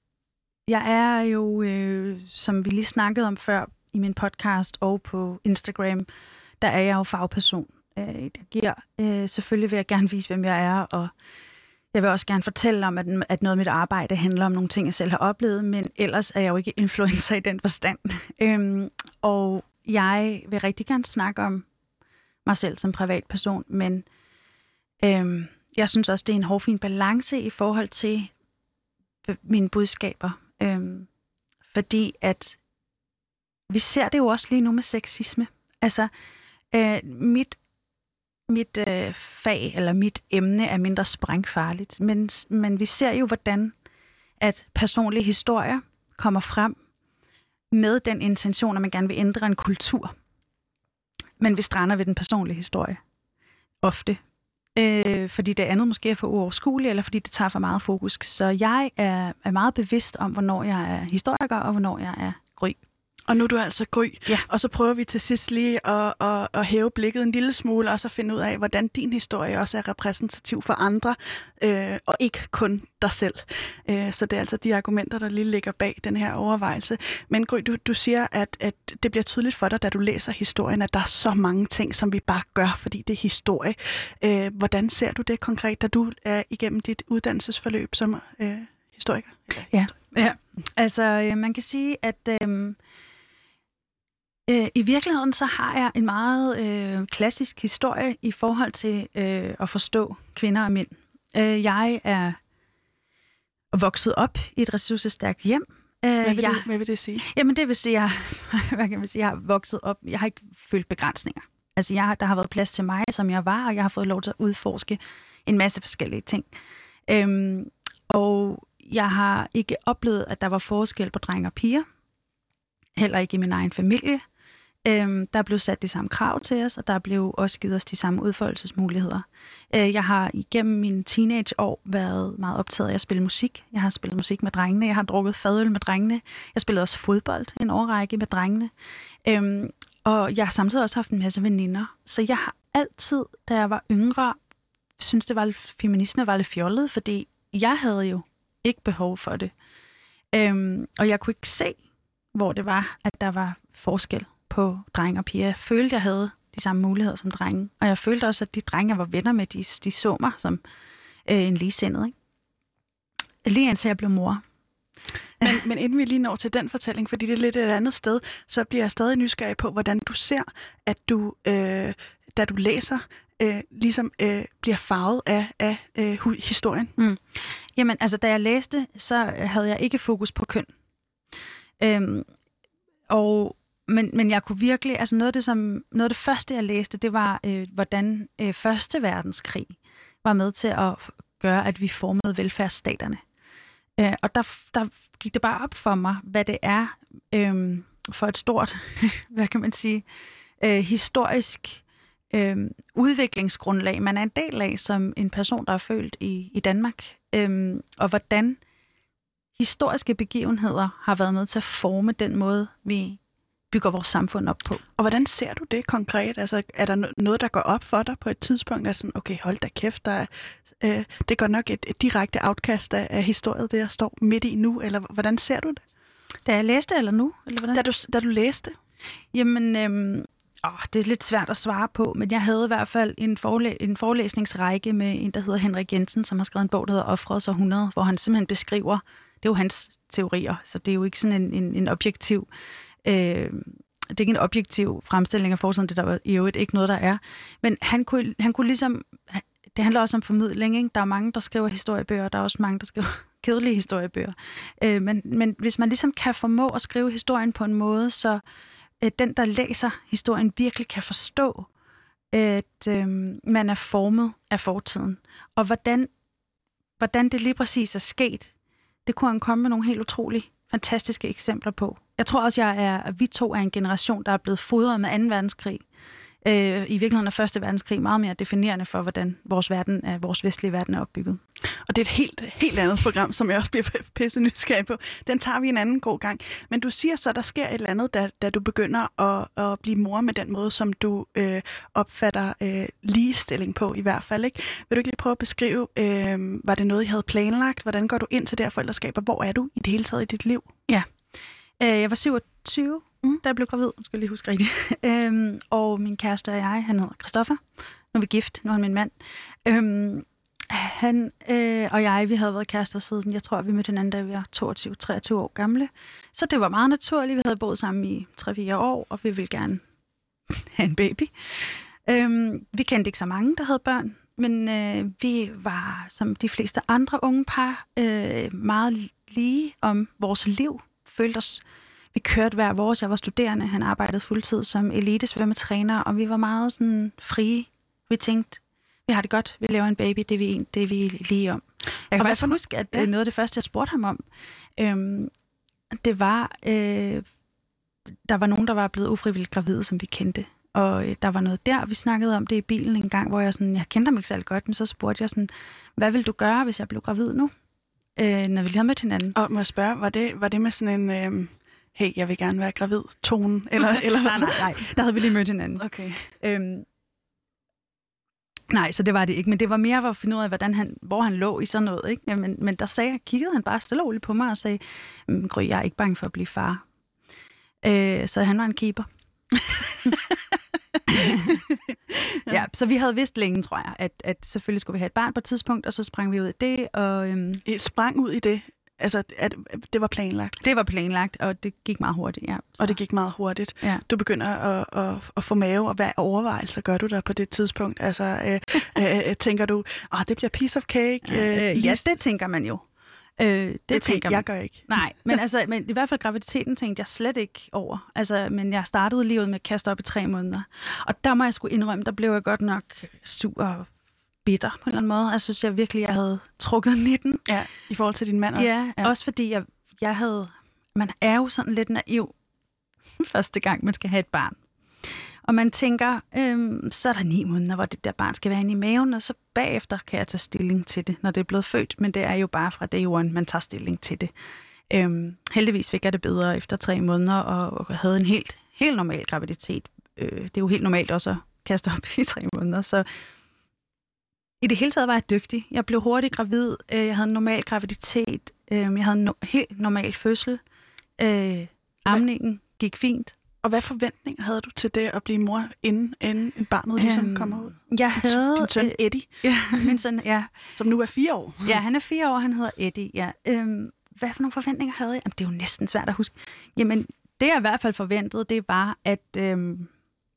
jeg er jo, øh, som vi lige snakkede om før i min podcast og på Instagram, der er jeg jo fagperson. Jeg giver. Øh, selvfølgelig vil jeg gerne vise, hvem jeg er, og jeg vil også gerne fortælle om, at, at noget af mit arbejde handler om nogle ting, jeg selv har oplevet, men ellers er jeg jo ikke influencer i den forstand. Øhm, og jeg vil rigtig gerne snakke om mig selv som privatperson, men øhm, jeg synes også, det er en hårfin balance i forhold til mine budskaber. Øhm, fordi at vi ser det jo også lige nu med sexisme. Altså, øh, mit Mit øh, fag eller mit emne er mindre sprængfarligt, men, men vi ser jo, hvordan at personlige historier kommer frem med den intention, at man gerne vil ændre en kultur. Men vi strander ved den personlige historie. Ofte. Øh, fordi det andet måske er for uoverskueligt, eller fordi det tager for meget fokus. Så jeg er, er meget bevidst om, hvornår jeg er historiker, og hvornår jeg er Gry. Og nu er du altså Gry, ja. Og så prøver vi til sidst lige at, at, at hæve blikket en lille smule, og så finde ud af, hvordan din historie også er repræsentativ for andre, øh, og ikke kun dig selv. Øh, så det er altså de argumenter, der lige ligger bag den her overvejelse. Men Gry, du, du siger, at, at det bliver tydeligt for dig, da du læser historien, at der er så mange ting, som vi bare gør, fordi det er historie. Øh, hvordan ser du det konkret, da du er igennem dit uddannelsesforløb som øh, historiker? Ja, ja. Altså øh, man kan sige, at øh, i virkeligheden så har jeg en meget øh, klassisk historie i forhold til øh, at forstå kvinder og mænd. Øh, jeg er vokset op i et ressourcestærkt hjem. Hvad vil, jeg, det, hvad vil det sige? Jamen det vil sige, at jeg, hvad kan man sige, jeg har vokset op, jeg har ikke følt begrænsninger. Altså jeg, der har været plads til mig, som jeg var, og jeg har fået lov til at udforske en masse forskellige ting. Øhm, og jeg har ikke oplevet, at der var forskel på drenge og piger. Heller ikke i min egen familie. Øhm, der blev sat de samme krav til os, og der blev også givet os de samme udfoldelsesmuligheder. Øh, jeg har igennem mine teenageår været meget optaget af at spille musik. Jeg har spillet musik med drengene, jeg har drukket fadøl med drengene. Jeg spillede også fodbold en årrække med drengene. Øhm, og jeg har samtidig også haft en masse veninder. Så jeg har altid, da jeg var yngre, synes det var feminisme var lidt fjollet, fordi jeg havde jo ikke behov for det. Øhm, og jeg kunne ikke se, hvor det var, at der var forskel på drenge og piger. Jeg følte, jeg havde de samme muligheder som drenge. Og jeg følte også, at de drenge, jeg var venner med, de, de så mig som øh, en ligesindet. Ikke? Lige indtil jeg blev mor. Men, men inden vi lige når til den fortælling, fordi det er lidt et andet sted, så bliver jeg stadig nysgerrig på, hvordan du ser, at du, øh, da du læser, øh, ligesom øh, bliver farvet af, af øh, historien. Mm. Jamen, altså, da jeg læste, så havde jeg ikke fokus på køn. Øhm, og Men, men jeg kunne virkelig, altså noget af det, som, noget af det første, jeg læste, det var, øh, hvordan øh, Første Verdenskrig var med til at gøre, at vi formede velfærdsstaterne. Øh, og der, der gik det bare op for mig, hvad det er øh, for et stort, hvad kan man sige, øh, historisk øh, udviklingsgrundlag, man er en del af som en person, der er født i, i Danmark. Øh, og hvordan historiske begivenheder har været med til at forme den måde, vi bygger vores samfund op på. Og hvordan ser du det konkret? Altså, er der noget, der går op for dig på et tidspunkt, der er sådan, okay, hold da kæft, der er, øh, det går nok et, et direkte afkast af, af historien, det jeg står midt i nu, eller hvordan ser du det? Da jeg læste, eller nu? Eller hvordan? Da du, da du læste? Jamen, øhm, åh, det er lidt svært at svare på, men jeg havde i hvert fald en, forlæ- en forelæsningsrække med en, der hedder Henrik Jensen, som har skrevet en bog, der hedder Ofrets århundrede, hvor han simpelthen beskriver, det er jo hans teorier, så det er jo ikke sådan en, en, en objektiv Øh, det er ikke en objektiv fremstilling af fortiden, det der var i øvrigt ikke noget, der er. Men han kunne, han kunne ligesom, det handler også om formidling, ikke? Der er mange, der skriver historiebøger, der er også mange, der skriver kedelige historiebøger. Øh, men, men hvis man ligesom kan formå at skrive historien på en måde, så øh, den, der læser historien, virkelig kan forstå, at øh, man er formet af fortiden. Og hvordan, hvordan det lige præcis er sket, det kunne han komme med nogle helt utrolige, fantastiske eksempler på. Jeg tror også, jeg er, at vi to er en generation, der er blevet fodret med anden verdenskrig. Øh, I virkeligheden er første verdenskrig meget mere definerende for, hvordan vores verden, er, vores vestlige verden er opbygget. Og det er et helt, helt andet program, som jeg også bliver pisse nysgerrig på. Den tager vi en anden god gang. Men du siger så, at der sker et eller andet, da, da du begynder at, at blive mor med den måde, som du øh, opfatter øh, ligestilling på i hvert fald. Ikke? Vil du ikke lige prøve at beskrive, øh, var det noget, I havde planlagt? Hvordan går du ind til det her forældreskab, og hvor er du i det hele taget i dit liv? Ja. Jeg var syvogtyve, mm. da jeg blev gravid, skal jeg lige huske rigtigt. øhm, og min kæreste og jeg, han hedder Christoffer. Nu er vi gift, nu er han min mand. Øhm, han øh, og jeg, vi havde været kærester siden, jeg tror, vi mødte hinanden, da vi var toogtyve til treogtyve år gamle. Så det var meget naturligt. Vi havde boet sammen i tre fire år, og vi ville gerne have en baby. Øhm, vi kendte ikke så mange, der havde børn, men øh, vi var, som de fleste andre unge par, øh, meget lige om vores liv. Følte os, vi kørte hver vores, jeg var studerende, han arbejdede fuldtid som elitesvømmetræner, og vi var meget sådan frie. Vi tænkte, vi har det godt, vi laver en baby, det er vi, det er vi lige om. Jeg kan faktisk huske, at ja. noget af det første, jeg spurgte ham om, øhm, det var, øh, der var nogen, der var blevet ufrivilligt gravide, som vi kendte. Og øh, der var noget der, vi snakkede om det i bilen en gang, hvor jeg sådan, jeg kendte ham ikke særlig godt, men så spurgte jeg sådan, hvad vil du gøre, hvis jeg blev gravid nu? Øh, når vi lige havde mødt hinanden. Og må jeg spørge, var det, var det med sådan en, øh, hey, jeg vil gerne være gravid, tone? Eller, eller nej, nej, nej, der havde vi lige mødt hinanden. Okay. Øhm, nej, så det var det ikke, men det var mere for at finde ud af, hvordan han, hvor han lå i sådan noget. Ikke? Men, men der sagde, kiggede han bare stille og roligt på mig og sagde, Gry, jeg er ikke bange for at blive far. Øh, så han var en keeper. ja. ja, så vi havde vidst længe, tror jeg, at, at selvfølgelig skulle vi have et barn på et tidspunkt, og så sprang vi ud i det. Og, øhm, I sprang ud i det? Altså, at det var planlagt? Det var planlagt, og det gik meget hurtigt, ja. Så. Og det gik meget hurtigt. Ja. Du begynder at, at, at få mave, og hvad overvejelser gør du der på det tidspunkt? Altså, øh, øh, tænker du, åh, det bliver piece of cake? Øh, øh, ja, det tænker man jo. Øh, det, det tænker jeg man. gør ikke. Nej, men, altså, men i hvert fald graviditeten tænkte jeg slet ikke over. Altså, men jeg startede livet med at kaste op i tre måneder. Og der må jeg sgu indrømme, der blev jeg godt nok sur og bitter på en eller anden måde. Jeg synes jeg virkelig, jeg havde trukket nitten. Ja, i forhold til din mand også. Ja, ja. Også fordi jeg, jeg havde... Man er jo sådan lidt naiv første gang, man skal have et barn. Og man tænker, øhm, så er der ni måneder, hvor det der barn skal være inde i maven, og så bagefter kan jeg tage stilling til det, når det er blevet født. Men det er jo bare fra day one, man tager stilling til det. Øhm, heldigvis fik jeg det bedre efter tre måneder, og, og havde en helt, helt normal graviditet. Øh, det er jo helt normalt også at kaste op i tre måneder, så i det hele taget var jeg dygtig. Jeg blev hurtigt gravid, øh, jeg havde en normal graviditet, øh, jeg havde en no- helt normal fødsel. Øh, amningen gik fint. Og hvad forventninger havde du til det at blive mor, inden, inden barnet ligesom øhm, kommer ud? Jeg havde... Din søn Eddie, ja, min søn, ja. som nu er fire år. Ja, han er fire år, han hedder Eddie, ja. Øhm, hvad for nogle forventninger havde jeg? Jamen, det er jo næsten svært at huske. Jamen, det jeg i hvert fald forventede, det var, at, øhm,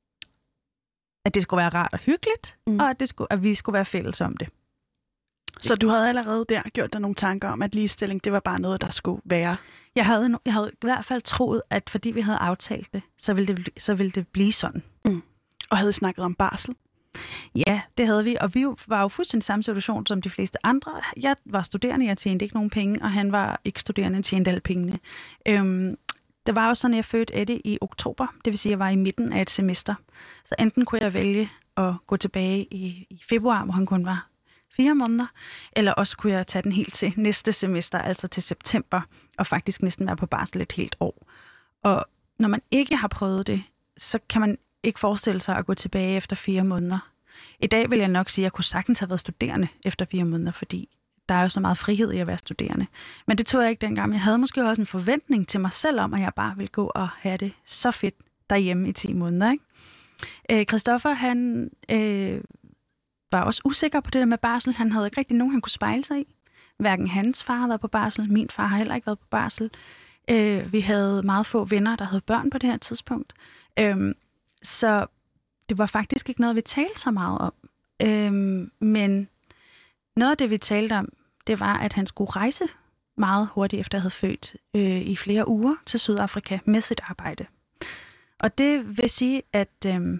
at det skulle være rart og hyggeligt, mm. og at, det skulle, at vi skulle være fælles om det. Så du havde allerede der gjort dig nogle tanker om, at ligestilling, det var bare noget, der skulle være? Jeg havde, jeg havde i hvert fald troet, at fordi vi havde aftalt det, så ville det, så ville det blive sådan. Mm. Og havde I snakket om barsel? Ja, det havde vi, og vi var jo fuldstændig samme situation som de fleste andre. Jeg var studerende, jeg tjente ikke nogen penge, og han var ikke studerende, jeg tjente alle pengene. Øhm, det var jo sådan, at jeg fødte Eddie i oktober, det vil sige, at jeg var i midten af et semester. Så enten kunne jeg vælge at gå tilbage i, i februar, hvor han kun var fire måneder, eller også kunne jeg tage den helt til næste semester, altså til september, og faktisk næsten være på barsel et helt år. Og når man ikke har prøvet det, så kan man ikke forestille sig at gå tilbage efter fire måneder. I dag vil jeg nok sige, at jeg kunne sagtens have været studerende efter fire måneder, fordi der er jo så meget frihed i at være studerende. Men det tog jeg ikke dengang. Jeg havde måske også en forventning til mig selv om, at jeg bare ville gå og have det så fedt derhjemme i ti måneder. Ikke? Christoffer, han... Øh, var også usikker på det der med barsel. Han havde ikke rigtig nogen, han kunne spejle sig i. Hverken hans far har været på barsel, min far har heller ikke været på barsel. Øh, vi havde meget få venner, der havde børn på det her tidspunkt. Øh, så det var faktisk ikke noget, vi talte så meget om. Øh, men noget af det, vi talte om, det var, at han skulle rejse meget hurtigt, efter jeg havde født, øh, i flere uger til Sydafrika med sit arbejde. Og det vil sige, at... Øh,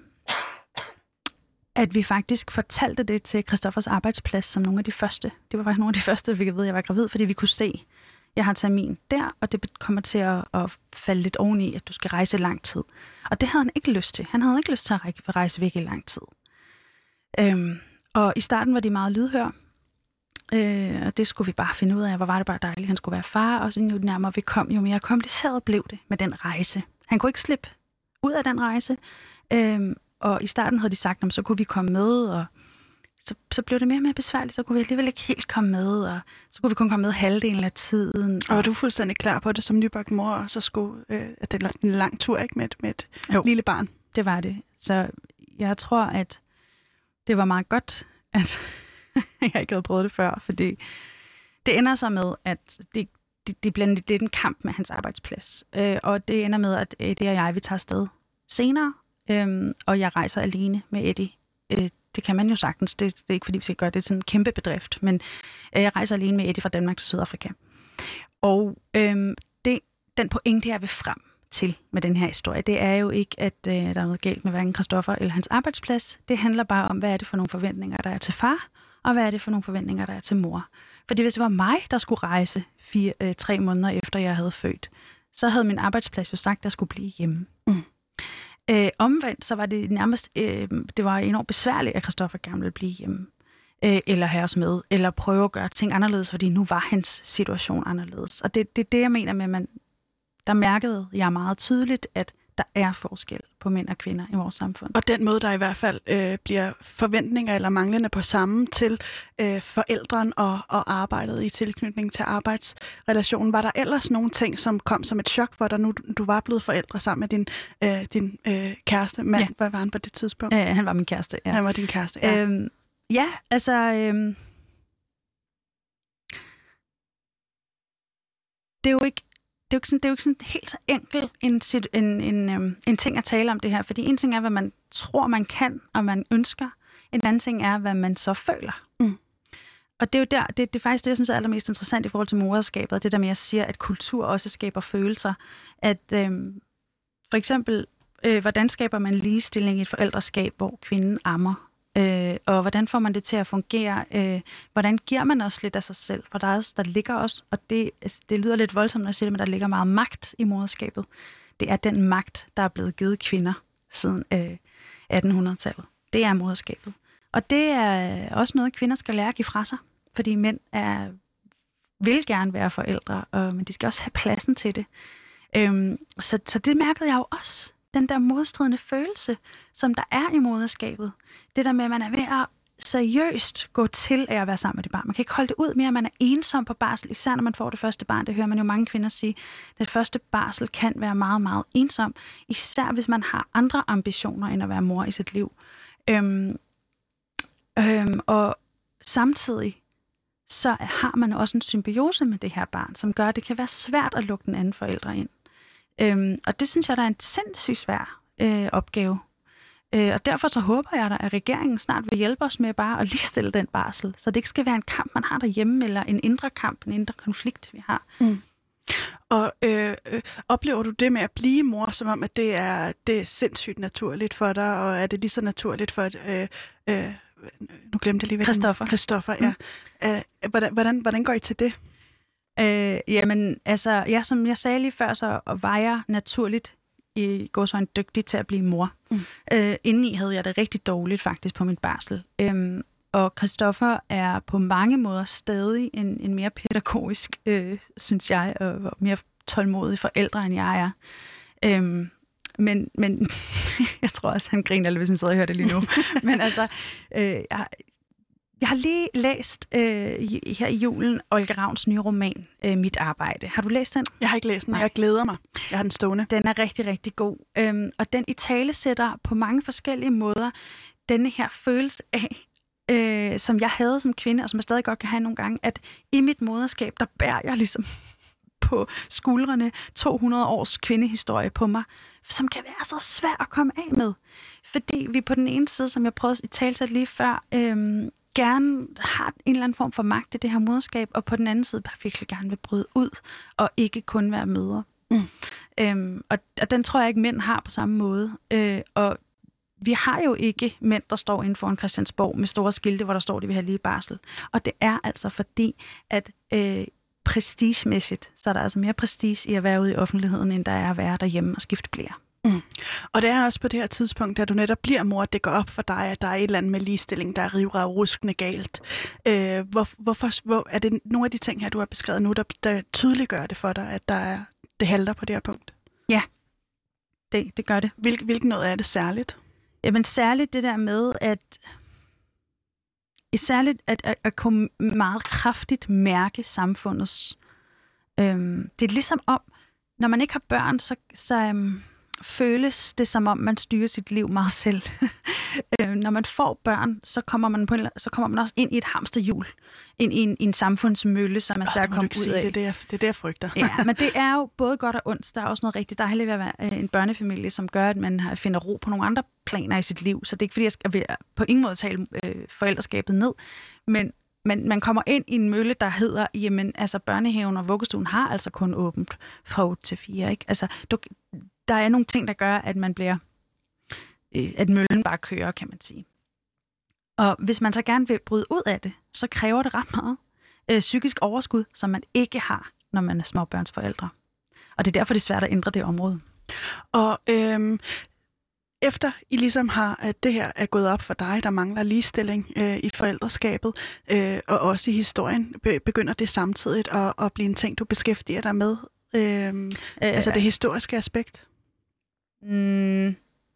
at vi faktisk fortalte det til Christoffers arbejdsplads som nogle af de første. Det var faktisk nogle af de første, vi ved, jeg var gravid, fordi vi kunne se, jeg har termin der, og det kommer til at, at falde lidt oveni, at du skal rejse lang tid. Og det havde han ikke lyst til. Han havde ikke lyst til at rejse væk i lang tid. Øhm, og i starten var de meget lydhør, øh, og det skulle vi bare finde ud af, hvor var det bare dejligt, han skulle være far, og så jo nærmere vi kom, jo mere kompliceret blev det med den rejse. Han kunne ikke slippe ud af den rejse, øhm, og i starten havde de sagt, at så kunne vi komme med, og så, så blev det mere og mere besværligt. Så kunne vi alligevel ikke helt komme med, og så kunne vi kun komme med halvdelen af tiden. Og var du fuldstændig klar på det som nybagt mor, og så skulle øh, at det er en lang tur, ikke, med et, med et lille barn? Det var det. Så jeg tror, at det var meget godt, at jeg ikke havde prøvet det før, fordi det ender så med, at det, det, det bliver lidt en kamp med hans arbejdsplads. Øh, og det ender med, at Eddie og jeg, vi tager afsted senere, Øhm, og jeg rejser alene med Eddie. Øh, det kan man jo sagtens. Det, det er ikke, fordi vi skal gøre det til en kæmpe bedrift, men øh, jeg rejser alene med Eddie fra Danmark til Sydafrika. Og øhm, det, den pointe, jeg vil frem til med den her historie, det er jo ikke, at øh, der er noget galt med hverken Christoffer eller hans arbejdsplads. Det handler bare om, hvad er det for nogle forventninger, der er til far, og hvad er det for nogle forventninger, der er til mor. Fordi hvis det var mig, der skulle rejse fire, øh, tre måneder efter, jeg havde født, så havde min arbejdsplads jo sagt, at jeg skulle blive hjemme. Mm. Øh, omvendt, så var det nærmest, øh, det var enormt besværligt, at Christoffer gerne ville blive hjemme, øh, eller have os med, eller prøve at gøre ting anderledes, fordi nu var hans situation anderledes. Og det er det, det, jeg mener med, at man, der mærkede jeg meget tydeligt, at der er forskel på mænd og kvinder i vores samfund. Og den måde, der i hvert fald øh, bliver forventninger eller manglende på samme til øh, forældren og, og arbejdet i tilknytning til arbejdsrelationen. Var der ellers nogle ting, som kom som et chok for dig, nu du var blevet forældre sammen med din, øh, din øh, kæreste mand? Ja. Hvad var han på det tidspunkt? Øh, han var min kæreste, ja. Han var din kæreste, ja. Øhm, ja, altså... Øhm, det er jo ikke... Det er, jo ikke sådan, det er jo ikke sådan helt så enkelt en, en, en, en, en ting at tale om det her, fordi en ting er, hvad man tror, man kan, og man ønsker. En anden ting er, hvad man så føler. Mm. og det er jo der, det, det er faktisk det, jeg synes er allermest interessant i forhold til moderskabet, det der med, at jeg siger, at kultur også skaber følelser. At øhm, for eksempel, øh, hvordan skaber man ligestilling i et forældreskab, hvor kvinden ammer? Øh, og hvordan får man det til at fungere? Øh, hvordan giver man også lidt af sig selv? For der, er også, der ligger også, og det, det lyder lidt voldsomt, når jeg siger det, men der ligger meget magt i moderskabet. Det er den magt, der er blevet givet kvinder siden øh, attenhundredetallet. Det er moderskabet. Og det er også noget, kvinder skal lære at give fra sig, fordi mænd er, vil gerne være forældre, og, men de skal også have pladsen til det. Øhm, så, så det mærkede jeg jo også. Den der modstridende følelse, som der er i moderskabet. Det der med, at man er ved at seriøst gå til af at være sammen med det barn. Man kan ikke holde det ud mere, at man er ensom på barsel, især når man får det første barn. Det hører man jo mange kvinder sige. Det første barsel kan være meget, meget ensom, især hvis man har andre ambitioner end at være mor i sit liv. Øhm, øhm, og samtidig så har man også en symbiose med det her barn, som gør, at det kan være svært at lukke den anden forældre ind. Øhm, og det synes jeg, der er en sindssygt svær øh, opgave. Øh, og derfor så håber jeg da, at regeringen snart vil hjælpe os med bare at ligestille den barsel, så det ikke skal være en kamp, man har derhjemme, eller en indre kamp, en indre konflikt, vi har. Mm. Og øh, øh, oplever du det med at blive mor, som om, at det er, det er sindssygt naturligt for dig, og er det lige så naturligt for, at... Øh, øh, nu glemte jeg lige, hvad Christoffer. Christoffer, ja. Mm. Øh, hvordan, hvordan, hvordan går I til det? Øh, jamen, altså, ja, som jeg sagde lige før, så var jeg naturligt i går så en dygtig til at blive mor. Mm. Øh, indeni havde jeg det rigtig dårligt faktisk på min barsel. Øhm, og Christoffer er på mange måder stadig en, en mere pædagogisk, øh, synes jeg, og mere tålmodig forældre, end jeg er. Øhm, men, men jeg tror også, han griner lidt, hvis han sidder og hører det lige nu. Men altså, øh, jeg, jeg har lige læst øh, her i julen Olga Ravns nye roman, øh, Mit arbejde. Har du læst den? Jeg har ikke læst den, jeg glæder mig. Jeg har den stående. Den er rigtig, rigtig god. Øhm, og den italesætter på mange forskellige måder denne her følelse af, øh, som jeg havde som kvinde, og som jeg stadig godt kan have nogle gange, at i mit moderskab, der bærer jeg ligesom på skuldrene to hundrede års kvindehistorie på mig, som kan være så svær at komme af med. Fordi vi på den ene side, som jeg prøvede at italesætte lige før, øh, gerne har en eller anden form for magt i det her moderskab, og på den anden side bare virkelig gerne vil bryde ud, og ikke kun være mødre. Mm. Øhm, og, og den tror jeg ikke, mænd har på samme måde. Øh, og vi har jo ikke mænd, der står inden for en Christiansborg med store skilte, hvor der står, at de vil have lige barsel. Og det er altså fordi, at øh, prestigemæssigt, så er der altså mere prestige i at være ude i offentligheden, end der er at være derhjemme og skifte blære. Mm. Og det er også på det her tidspunkt, da du netop bliver mor, det går op for dig, at der er et eller andet med ligestilling, der er rivravruskende galt. Øh, hvor, hvorfor hvor, er det nogle af de ting her, du har beskrevet nu, der, der tydeliggør det for dig, at der er, det halter på det her punkt? Ja, det, det gør det. Hvil, hvilken noget er det særligt? Jamen særligt det der med, at særligt at, at, at kunne meget kraftigt mærke samfundets... Øhm, det er ligesom om, når man ikke har børn, så... så øhm, føles det som om, man styrer sit liv meget selv. øh, når man får børn, så kommer man, på en, så kommer man også ind i et hamsterhjul. Ind i en, i en samfundsmølle, som er svært at komme ud af. Det er det, jeg, det er det, jeg frygter. Ja, men det er jo både godt og ondt. Der er også noget rigtigt. Der er heldigvis at være en børnefamilie, som gør, at man finder ro på nogle andre planer i sit liv. Så det er ikke, fordi jeg skal på ingen måde tale øh, forældreskabet ned. Men Men man kommer ind i en mølle, der hedder, jamen, altså børnehaven og vuggestuen har altså kun åbent fra otte til fire, ikke? Altså, du, der er nogle ting, der gør, at man bliver, at møllen bare kører, kan man sige. Og hvis man så gerne vil bryde ud af det, så kræver det ret meget øh, psykisk overskud, som man ikke har, når man er småbørnsforældre. Og det er derfor, det er svært at ændre det område. Og øhm efter I ligesom har, at det her er gået op for dig, der mangler ligestilling øh, i forældreskabet, øh, og også i historien, be- begynder det samtidig at, at blive en ting, du beskæftiger dig med? Øh, øh, altså det historiske aspekt? Mm.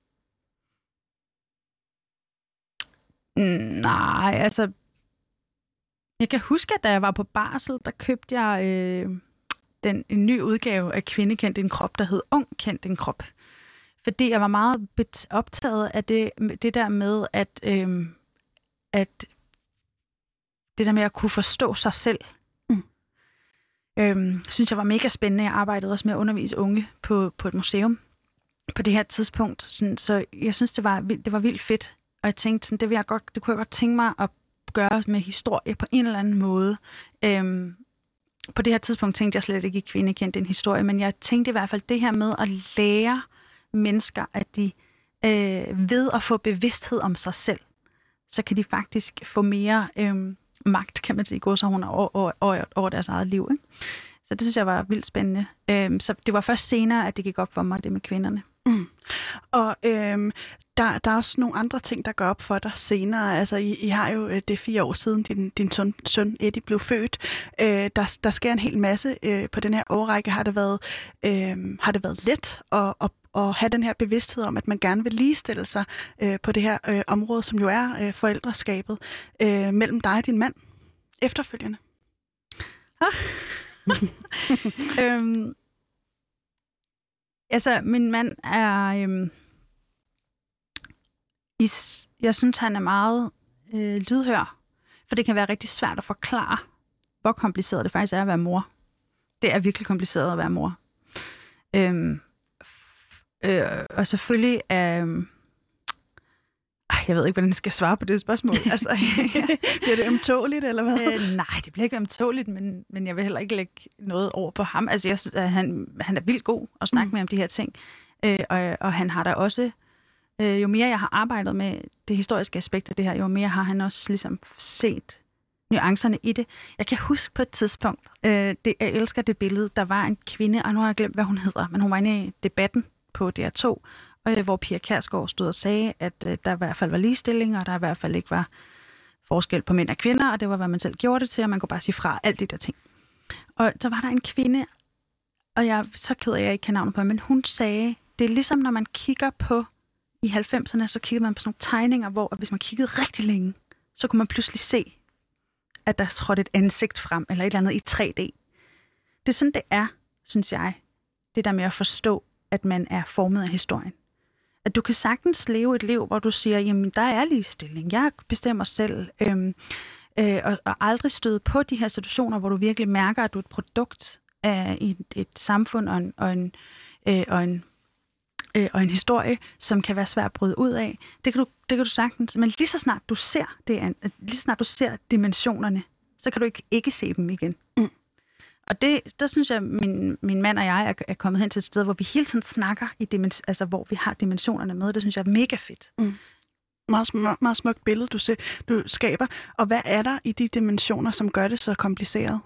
Nej, altså... Jeg kan huske, at da jeg var på barsel, der købte jeg øh, den, en ny udgave af Kvinde kendt din krop, der hed Ung kendt din krop. Fordi jeg var meget optaget af det, det der med, at, øhm, at det der med at kunne forstå sig selv, mm. øhm, synes jeg var mega spændende. Jeg arbejdede også med at undervise unge på, på et museum på det her tidspunkt. Sådan, så jeg synes, det var, det var vildt fedt. Og jeg tænkte, sådan, det, vil jeg godt, det kunne jeg godt tænke mig at gøre med historie på en eller anden måde. Øhm, på det her tidspunkt tænkte jeg slet ikke, at kvinde kendte en historie, men jeg tænkte i hvert fald det her med at lære mennesker, at de øh, ved at få bevidsthed om sig selv, så kan de faktisk få mere øh, magt, kan man sige, godshånder over, over, over, over deres eget liv. Ikke? Så det synes jeg var vildt spændende. Øh, så det var først senere, at det gik op for mig, det med kvinderne. Mm. Og øhm, der, der er også nogle andre ting, der går op for dig senere. Altså, I, I har jo det er fire år siden, din, din søn, søn Eddie blev født. Øh, der, der sker en hel masse øh, på den her årrække. Har det været, øh, har det været let at, at, at have den her bevidsthed om, at man gerne vil ligestille sig øh, på det her øh, område, som jo er øh, forældreskabet, øh, mellem dig og din mand efterfølgende? øhm, altså, min mand er... Øhm, is, jeg synes, han er meget øh, lydhør, for det kan være rigtig svært at forklare, hvor kompliceret det faktisk er at være mor. Det er virkelig kompliceret at være mor. Øhm, øh, og selvfølgelig... Øh, Jeg ved ikke, hvordan jeg skal svare på det spørgsmål. Altså, ja. Bliver det ømtåligt, eller hvad? Øh, nej, det bliver ikke ømtåligt, men, men jeg vil heller ikke lægge noget over på ham. Altså, jeg synes, at han, han er vildt god at snakke mm. med om de her ting. Øh, og, og han har da også... Øh, jo mere jeg har arbejdet med det historiske aspekt af det her, jo mere har han også ligesom set nuancerne i det. Jeg kan huske på et tidspunkt, øh, det, jeg elsker det billede, der var en kvinde, og nu har jeg glemt, hvad hun hedder, men hun var inde i debatten på D R to, hvor Pia Kjærsgaard stod og sagde, at øh, der i hvert fald var ligestilling, og der i hvert fald ikke var forskel på mænd og kvinder, og det var, hvad man selv gjorde det til, og man kunne bare sige fra alt det der ting. Og så var der en kvinde, og jeg så ked af, at jeg ikke kan navnet på, men hun sagde, det er ligesom, når man kigger på, i halvfemserne, så kiggede man på sådan nogle tegninger, hvor hvis man kiggede rigtig længe, så kunne man pludselig se, at der trådte et ansigt frem, eller et eller andet i tre D. Det er sådan, det er, synes jeg, det der med at forstå, at man er formet af historien. At du kan sagtens leve et liv, hvor du siger, jamen, der er ligestilling, jeg bestemmer selv, øhm, øh, og, og aldrig støde på de her situationer, hvor du virkelig mærker, at du er et produkt af et, et samfund og en, og en, øh, og en øh, og en historie, som kan være svært at bryde ud af. Det kan du, det kan du sagtens, men lige så snart du ser det, lige så snart du ser dimensionerne, så kan du ikke, ikke se dem igen. Mm. Og det, der synes jeg, min, min mand og jeg er, er kommet hen til et sted, hvor vi hele tiden snakker, i dimens, altså hvor vi har dimensionerne med. Det synes jeg er mega fedt. Mm. Meget, sm- meget smukt billede, du, ser, du skaber. Og hvad er der i de dimensioner, som gør det så kompliceret?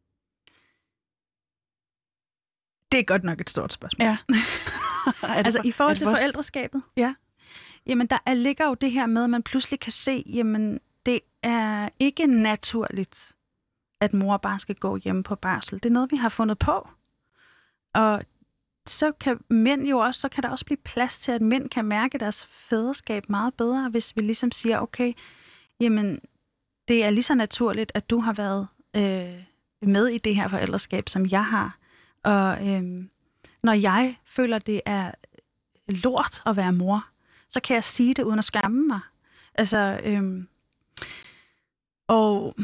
Det er godt nok et stort spørgsmål. Ja. altså for, i forhold til vores... forældreskabet? Ja. Jamen, der er, ligger jo det her med, at man pludselig kan se, jamen, det er ikke naturligt, at mor bare skal gå hjemme på barsel. Det er noget, vi har fundet på. Og så kan mænd jo også, så kan der også blive plads til, at mænd kan mærke deres fædreskab meget bedre, hvis vi ligesom siger, okay, jamen, det er lige så naturligt, at du har været øh, med i det her forældreskab, som jeg har. Og øh, når jeg føler, det er lort at være mor, så kan jeg sige det uden at skamme mig. Altså, øh, og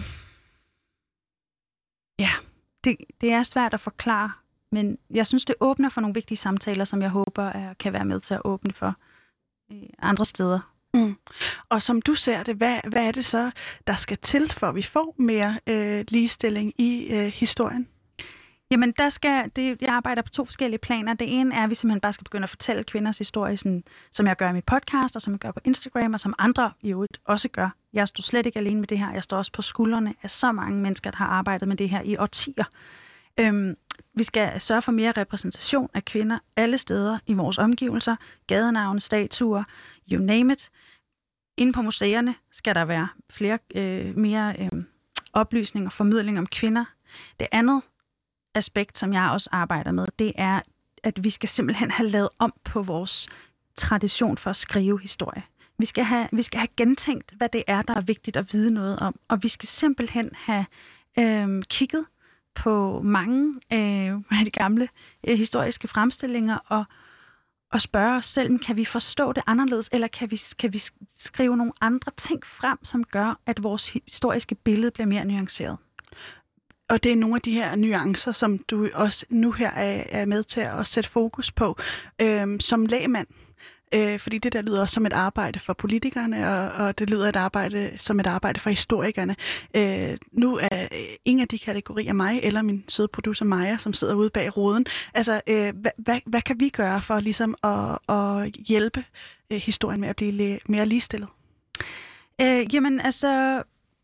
ja, det, det er svært at forklare, men jeg synes, det åbner for nogle vigtige samtaler, som jeg håber er, kan være med til at åbne for øh, andre steder. Mm. Og som du ser det, hvad, hvad er det så, der skal til, for at vi får mere øh, ligestilling i øh, historien? Jamen, der skal, det, jeg arbejder på to forskellige planer. Det ene er, at vi simpelthen bare skal begynde at fortælle kvinders historie, sådan, som jeg gør i mit podcast, og som jeg gør på Instagram, og som andre i øvrigt også gør. Jeg står slet ikke alene med det her. Jeg står også på skuldrene af så mange mennesker, der har arbejdet med det her i årtier. Øhm, vi skal sørge for mere repræsentation af kvinder alle steder i vores omgivelser. Gadenavne, statuer, you name it. Inde på museerne skal der være flere, øh, mere øh, oplysning og formidling om kvinder. Det andet aspekt, som jeg også arbejder med, det er, at vi skal simpelthen have lavet om på vores tradition for at skrive historie. Vi skal have, vi skal have gentænkt, hvad det er, der er vigtigt at vide noget om, og vi skal simpelthen have øh, kigget på mange øh, af de gamle øh, historiske fremstillinger og, og spørge os selv, kan vi forstå det anderledes, eller kan vi, kan vi skrive nogle andre ting frem, som gør, at vores historiske billede bliver mere nuanceret. Og det er nogle af de her nuancer, som du også nu her er, er med til at sætte fokus på. Øhm, som lægmand, Øh, fordi det der lyder også som et arbejde for politikerne, og, og det lyder et arbejde, som et arbejde for historikerne. Øh, nu er ingen af de kategorier mig eller min søde producer Maja, som sidder ude bag roden. Altså, øh, hvad, hvad, hvad kan vi gøre for ligesom at, at hjælpe øh, historien med at blive mere ligestillet? Øh, jamen, altså...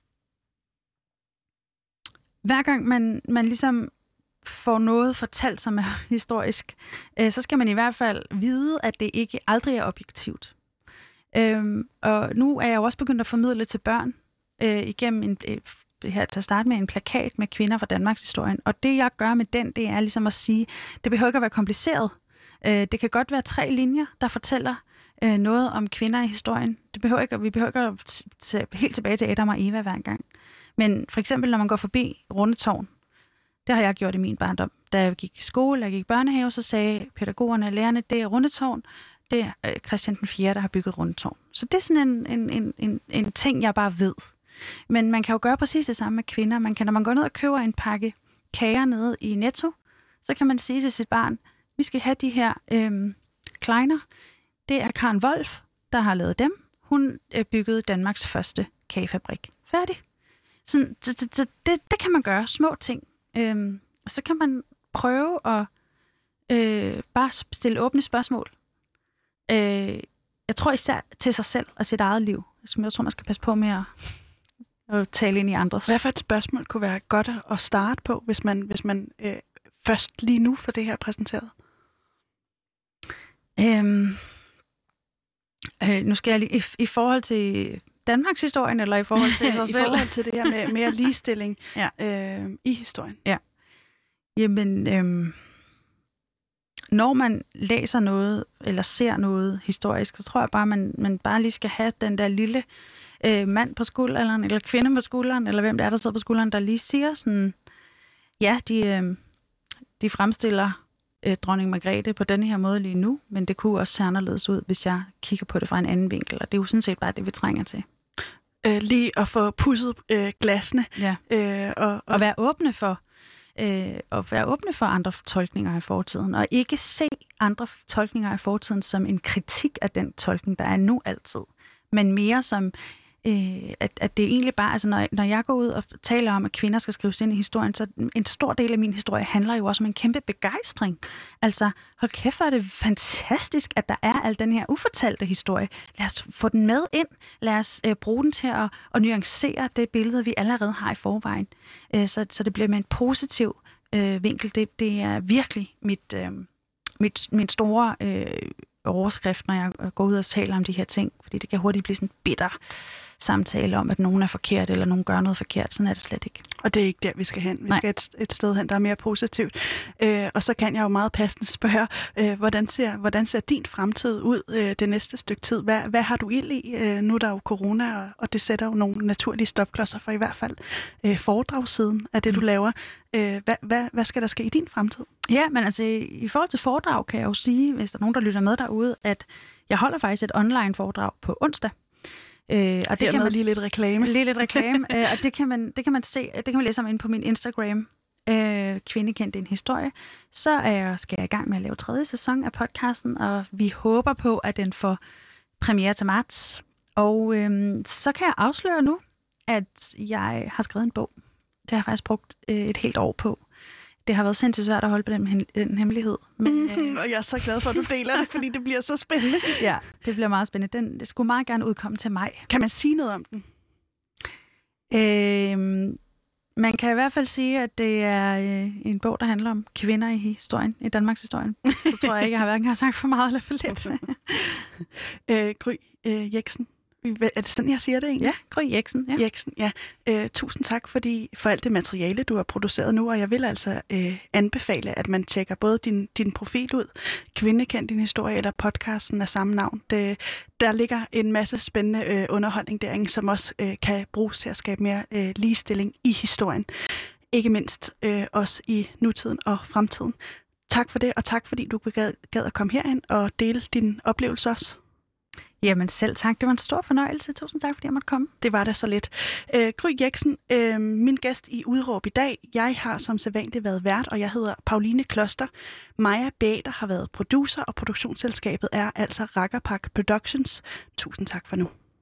Hver gang man, man ligesom får noget fortalt, som er historisk, øh, så skal man i hvert fald vide, at det ikke aldrig er objektivt. Øhm, og nu er jeg jo også begyndt at formidle til børn øh, igennem en, øh, her til at starte med en plakat med kvinder fra Danmarks historien. Og det, jeg gør med den, det er ligesom at sige, det behøver ikke at være kompliceret. Øh, det kan godt være tre linjer, der fortæller øh, noget om kvinder i historien. Det behøver ikke, vi behøver ikke at tage helt tilbage til Adam og Eva hver gang. Men for eksempel, når man går forbi Rundetårn, det har jeg gjort i min barndom. Da jeg gik i skole, jeg gik i børnehave, så sagde pædagogerne og lærerne, det er Rundetårn, det er Christian den fjerde, der har bygget Rundetårn. Så det er sådan en, en, en, en, en ting, jeg bare ved. Men man kan jo gøre præcis det samme med kvinder. Man kan, når man går ned og køber en pakke kager nede i Netto, så kan man sige til sit barn, vi skal have de her øhm, kleiner. Det er Karen Wolf, der har lavet dem. Hun øh, byggede Danmarks første kagefabrik. Færdig. Så det, det, det, det kan man gøre, små ting. Øhm, så kan man prøve at øh, bare stille åbne spørgsmål. Øh, jeg tror især til sig selv og sit eget liv. Jeg tror, man skal passe på med at, at tale ind i andres. Hvad for et spørgsmål kunne være godt at starte på, hvis man, hvis man øh, først lige nu får det her præsenteret? Øhm, øh, nu skal jeg lige, i, i forhold til Danmarks historien, eller i forhold til sig I selv? I forhold til det her med mere ligestilling ja. øh, i historien. Ja. Jamen, øhm, når man læser noget, eller ser noget historisk, så tror jeg bare, man, man bare lige skal have den der lille øh, mand på skulderen, eller kvinde på skulderen, eller hvem det er, der sidder på skulderen, der lige siger sådan, ja, de, øh, de fremstiller øh, dronning Margrethe på denne her måde lige nu, men det kunne også se anderledes ud, hvis jeg kigger på det fra en anden vinkel, og det er jo sådan set bare det, vi trænger til. Øh, lige at få pudset øh, glasene. Ja. Øh, og, og... og være åbne for øh, og være åbne for andre tolkninger af fortiden, og ikke se andre tolkninger af fortiden som en kritik af den tolkning, der er nu altid, men mere som Øh, at, at det egentlig bare, altså når, når jeg går ud og taler om, at kvinder skal skrives ind i historien, så en stor del af min historie handler jo også om en kæmpe begejstring. Altså, hold kæft, hvor er det fantastisk, at der er al den her ufortalte historie. Lad os få den med ind. Lad os øh, bruge den til at, at nuancere det billede, vi allerede har i forvejen. Øh, så, så det bliver med en positiv øh, vinkel. Det, det er virkelig mit, øh, mit, min store øh, overskrift, når jeg går ud og taler om de her ting, fordi det kan hurtigt blive sådan bitter samtale om, at nogen er forkert, eller nogen gør noget forkert. Sådan er det slet ikke. Og det er ikke der, vi skal hen. Vi Nej. skal et, et sted hen, der er mere positivt. Øh, og så kan jeg jo meget passende spørge, øh, hvordan, ser, hvordan ser din fremtid ud øh, det næste stykke tid? Hvad, hvad har du ild i? Øh, nu er der jo corona, og, og det sætter jo nogle naturlige stopklodser for i hvert fald øh, foredragssiden af det, du laver. Øh, hvad, hvad, hvad skal der ske i din fremtid? Ja, men altså i forhold til foredrag kan jeg jo sige, hvis der er nogen, der lytter med derude, at jeg holder faktisk et online foredrag på onsdag. Øh, og det kan man lige lidt reklame. Lige lidt reklame, øh, og det kan man det kan man se, det kan man læse om inde på min Instagram. Øh, Kvinde kendte en historie. Så er jeg, skal jeg i gang med at lave tredje sæson af podcasten, og vi håber på, at den får premiere til marts. Og øh, så kan jeg afsløre nu, at jeg har skrevet en bog. Det har jeg faktisk brugt øh, et helt år på. Det har været sindssygt svært at holde på den, den hemmelighed. Men, øh... og jeg er så glad for, at du deler det, fordi det bliver så spændende. Ja, det bliver meget spændende. Den, det skulle meget gerne udkomme til mig. Kan man sige noget om den? Øh, man kan i hvert fald sige, at det er øh, en bog, der handler om kvinder i historien, i Danmarks historien. Så tror jeg ikke, jeg har hverken har sagt for meget eller for lidt. øh, Gry øh, Jeksen. Er det sådan, jeg siger det egentlig? Ja, Gry Jeksen. Ja. Jeksen, ja. Øh, tusind tak fordi, for alt det materiale, du har produceret nu, og jeg vil altså øh, anbefale, at man tjekker både din, din profil ud, Kvinde kendt din historie, eller podcasten af samme navn. Det, der ligger en masse spændende øh, underholdning derinde, som også øh, kan bruges til at skabe mere øh, ligestilling i historien. Ikke mindst øh, også i nutiden og fremtiden. Tak for det, og tak fordi du gad, gad at komme herind og dele din oplevelse også. Jamen selv tak. Det var en stor fornøjelse. Tusind tak, fordi jeg måtte komme. Det var da så lidt. Øh, Gry Jeksen, øh, min gæst i Udråb i dag. Jeg har som sædvanligt været vært, og jeg hedder Pauline Kloster. Maja Beater har været producer, og produktionsselskabet er altså Rakkerpak Productions. Tusind tak for nu.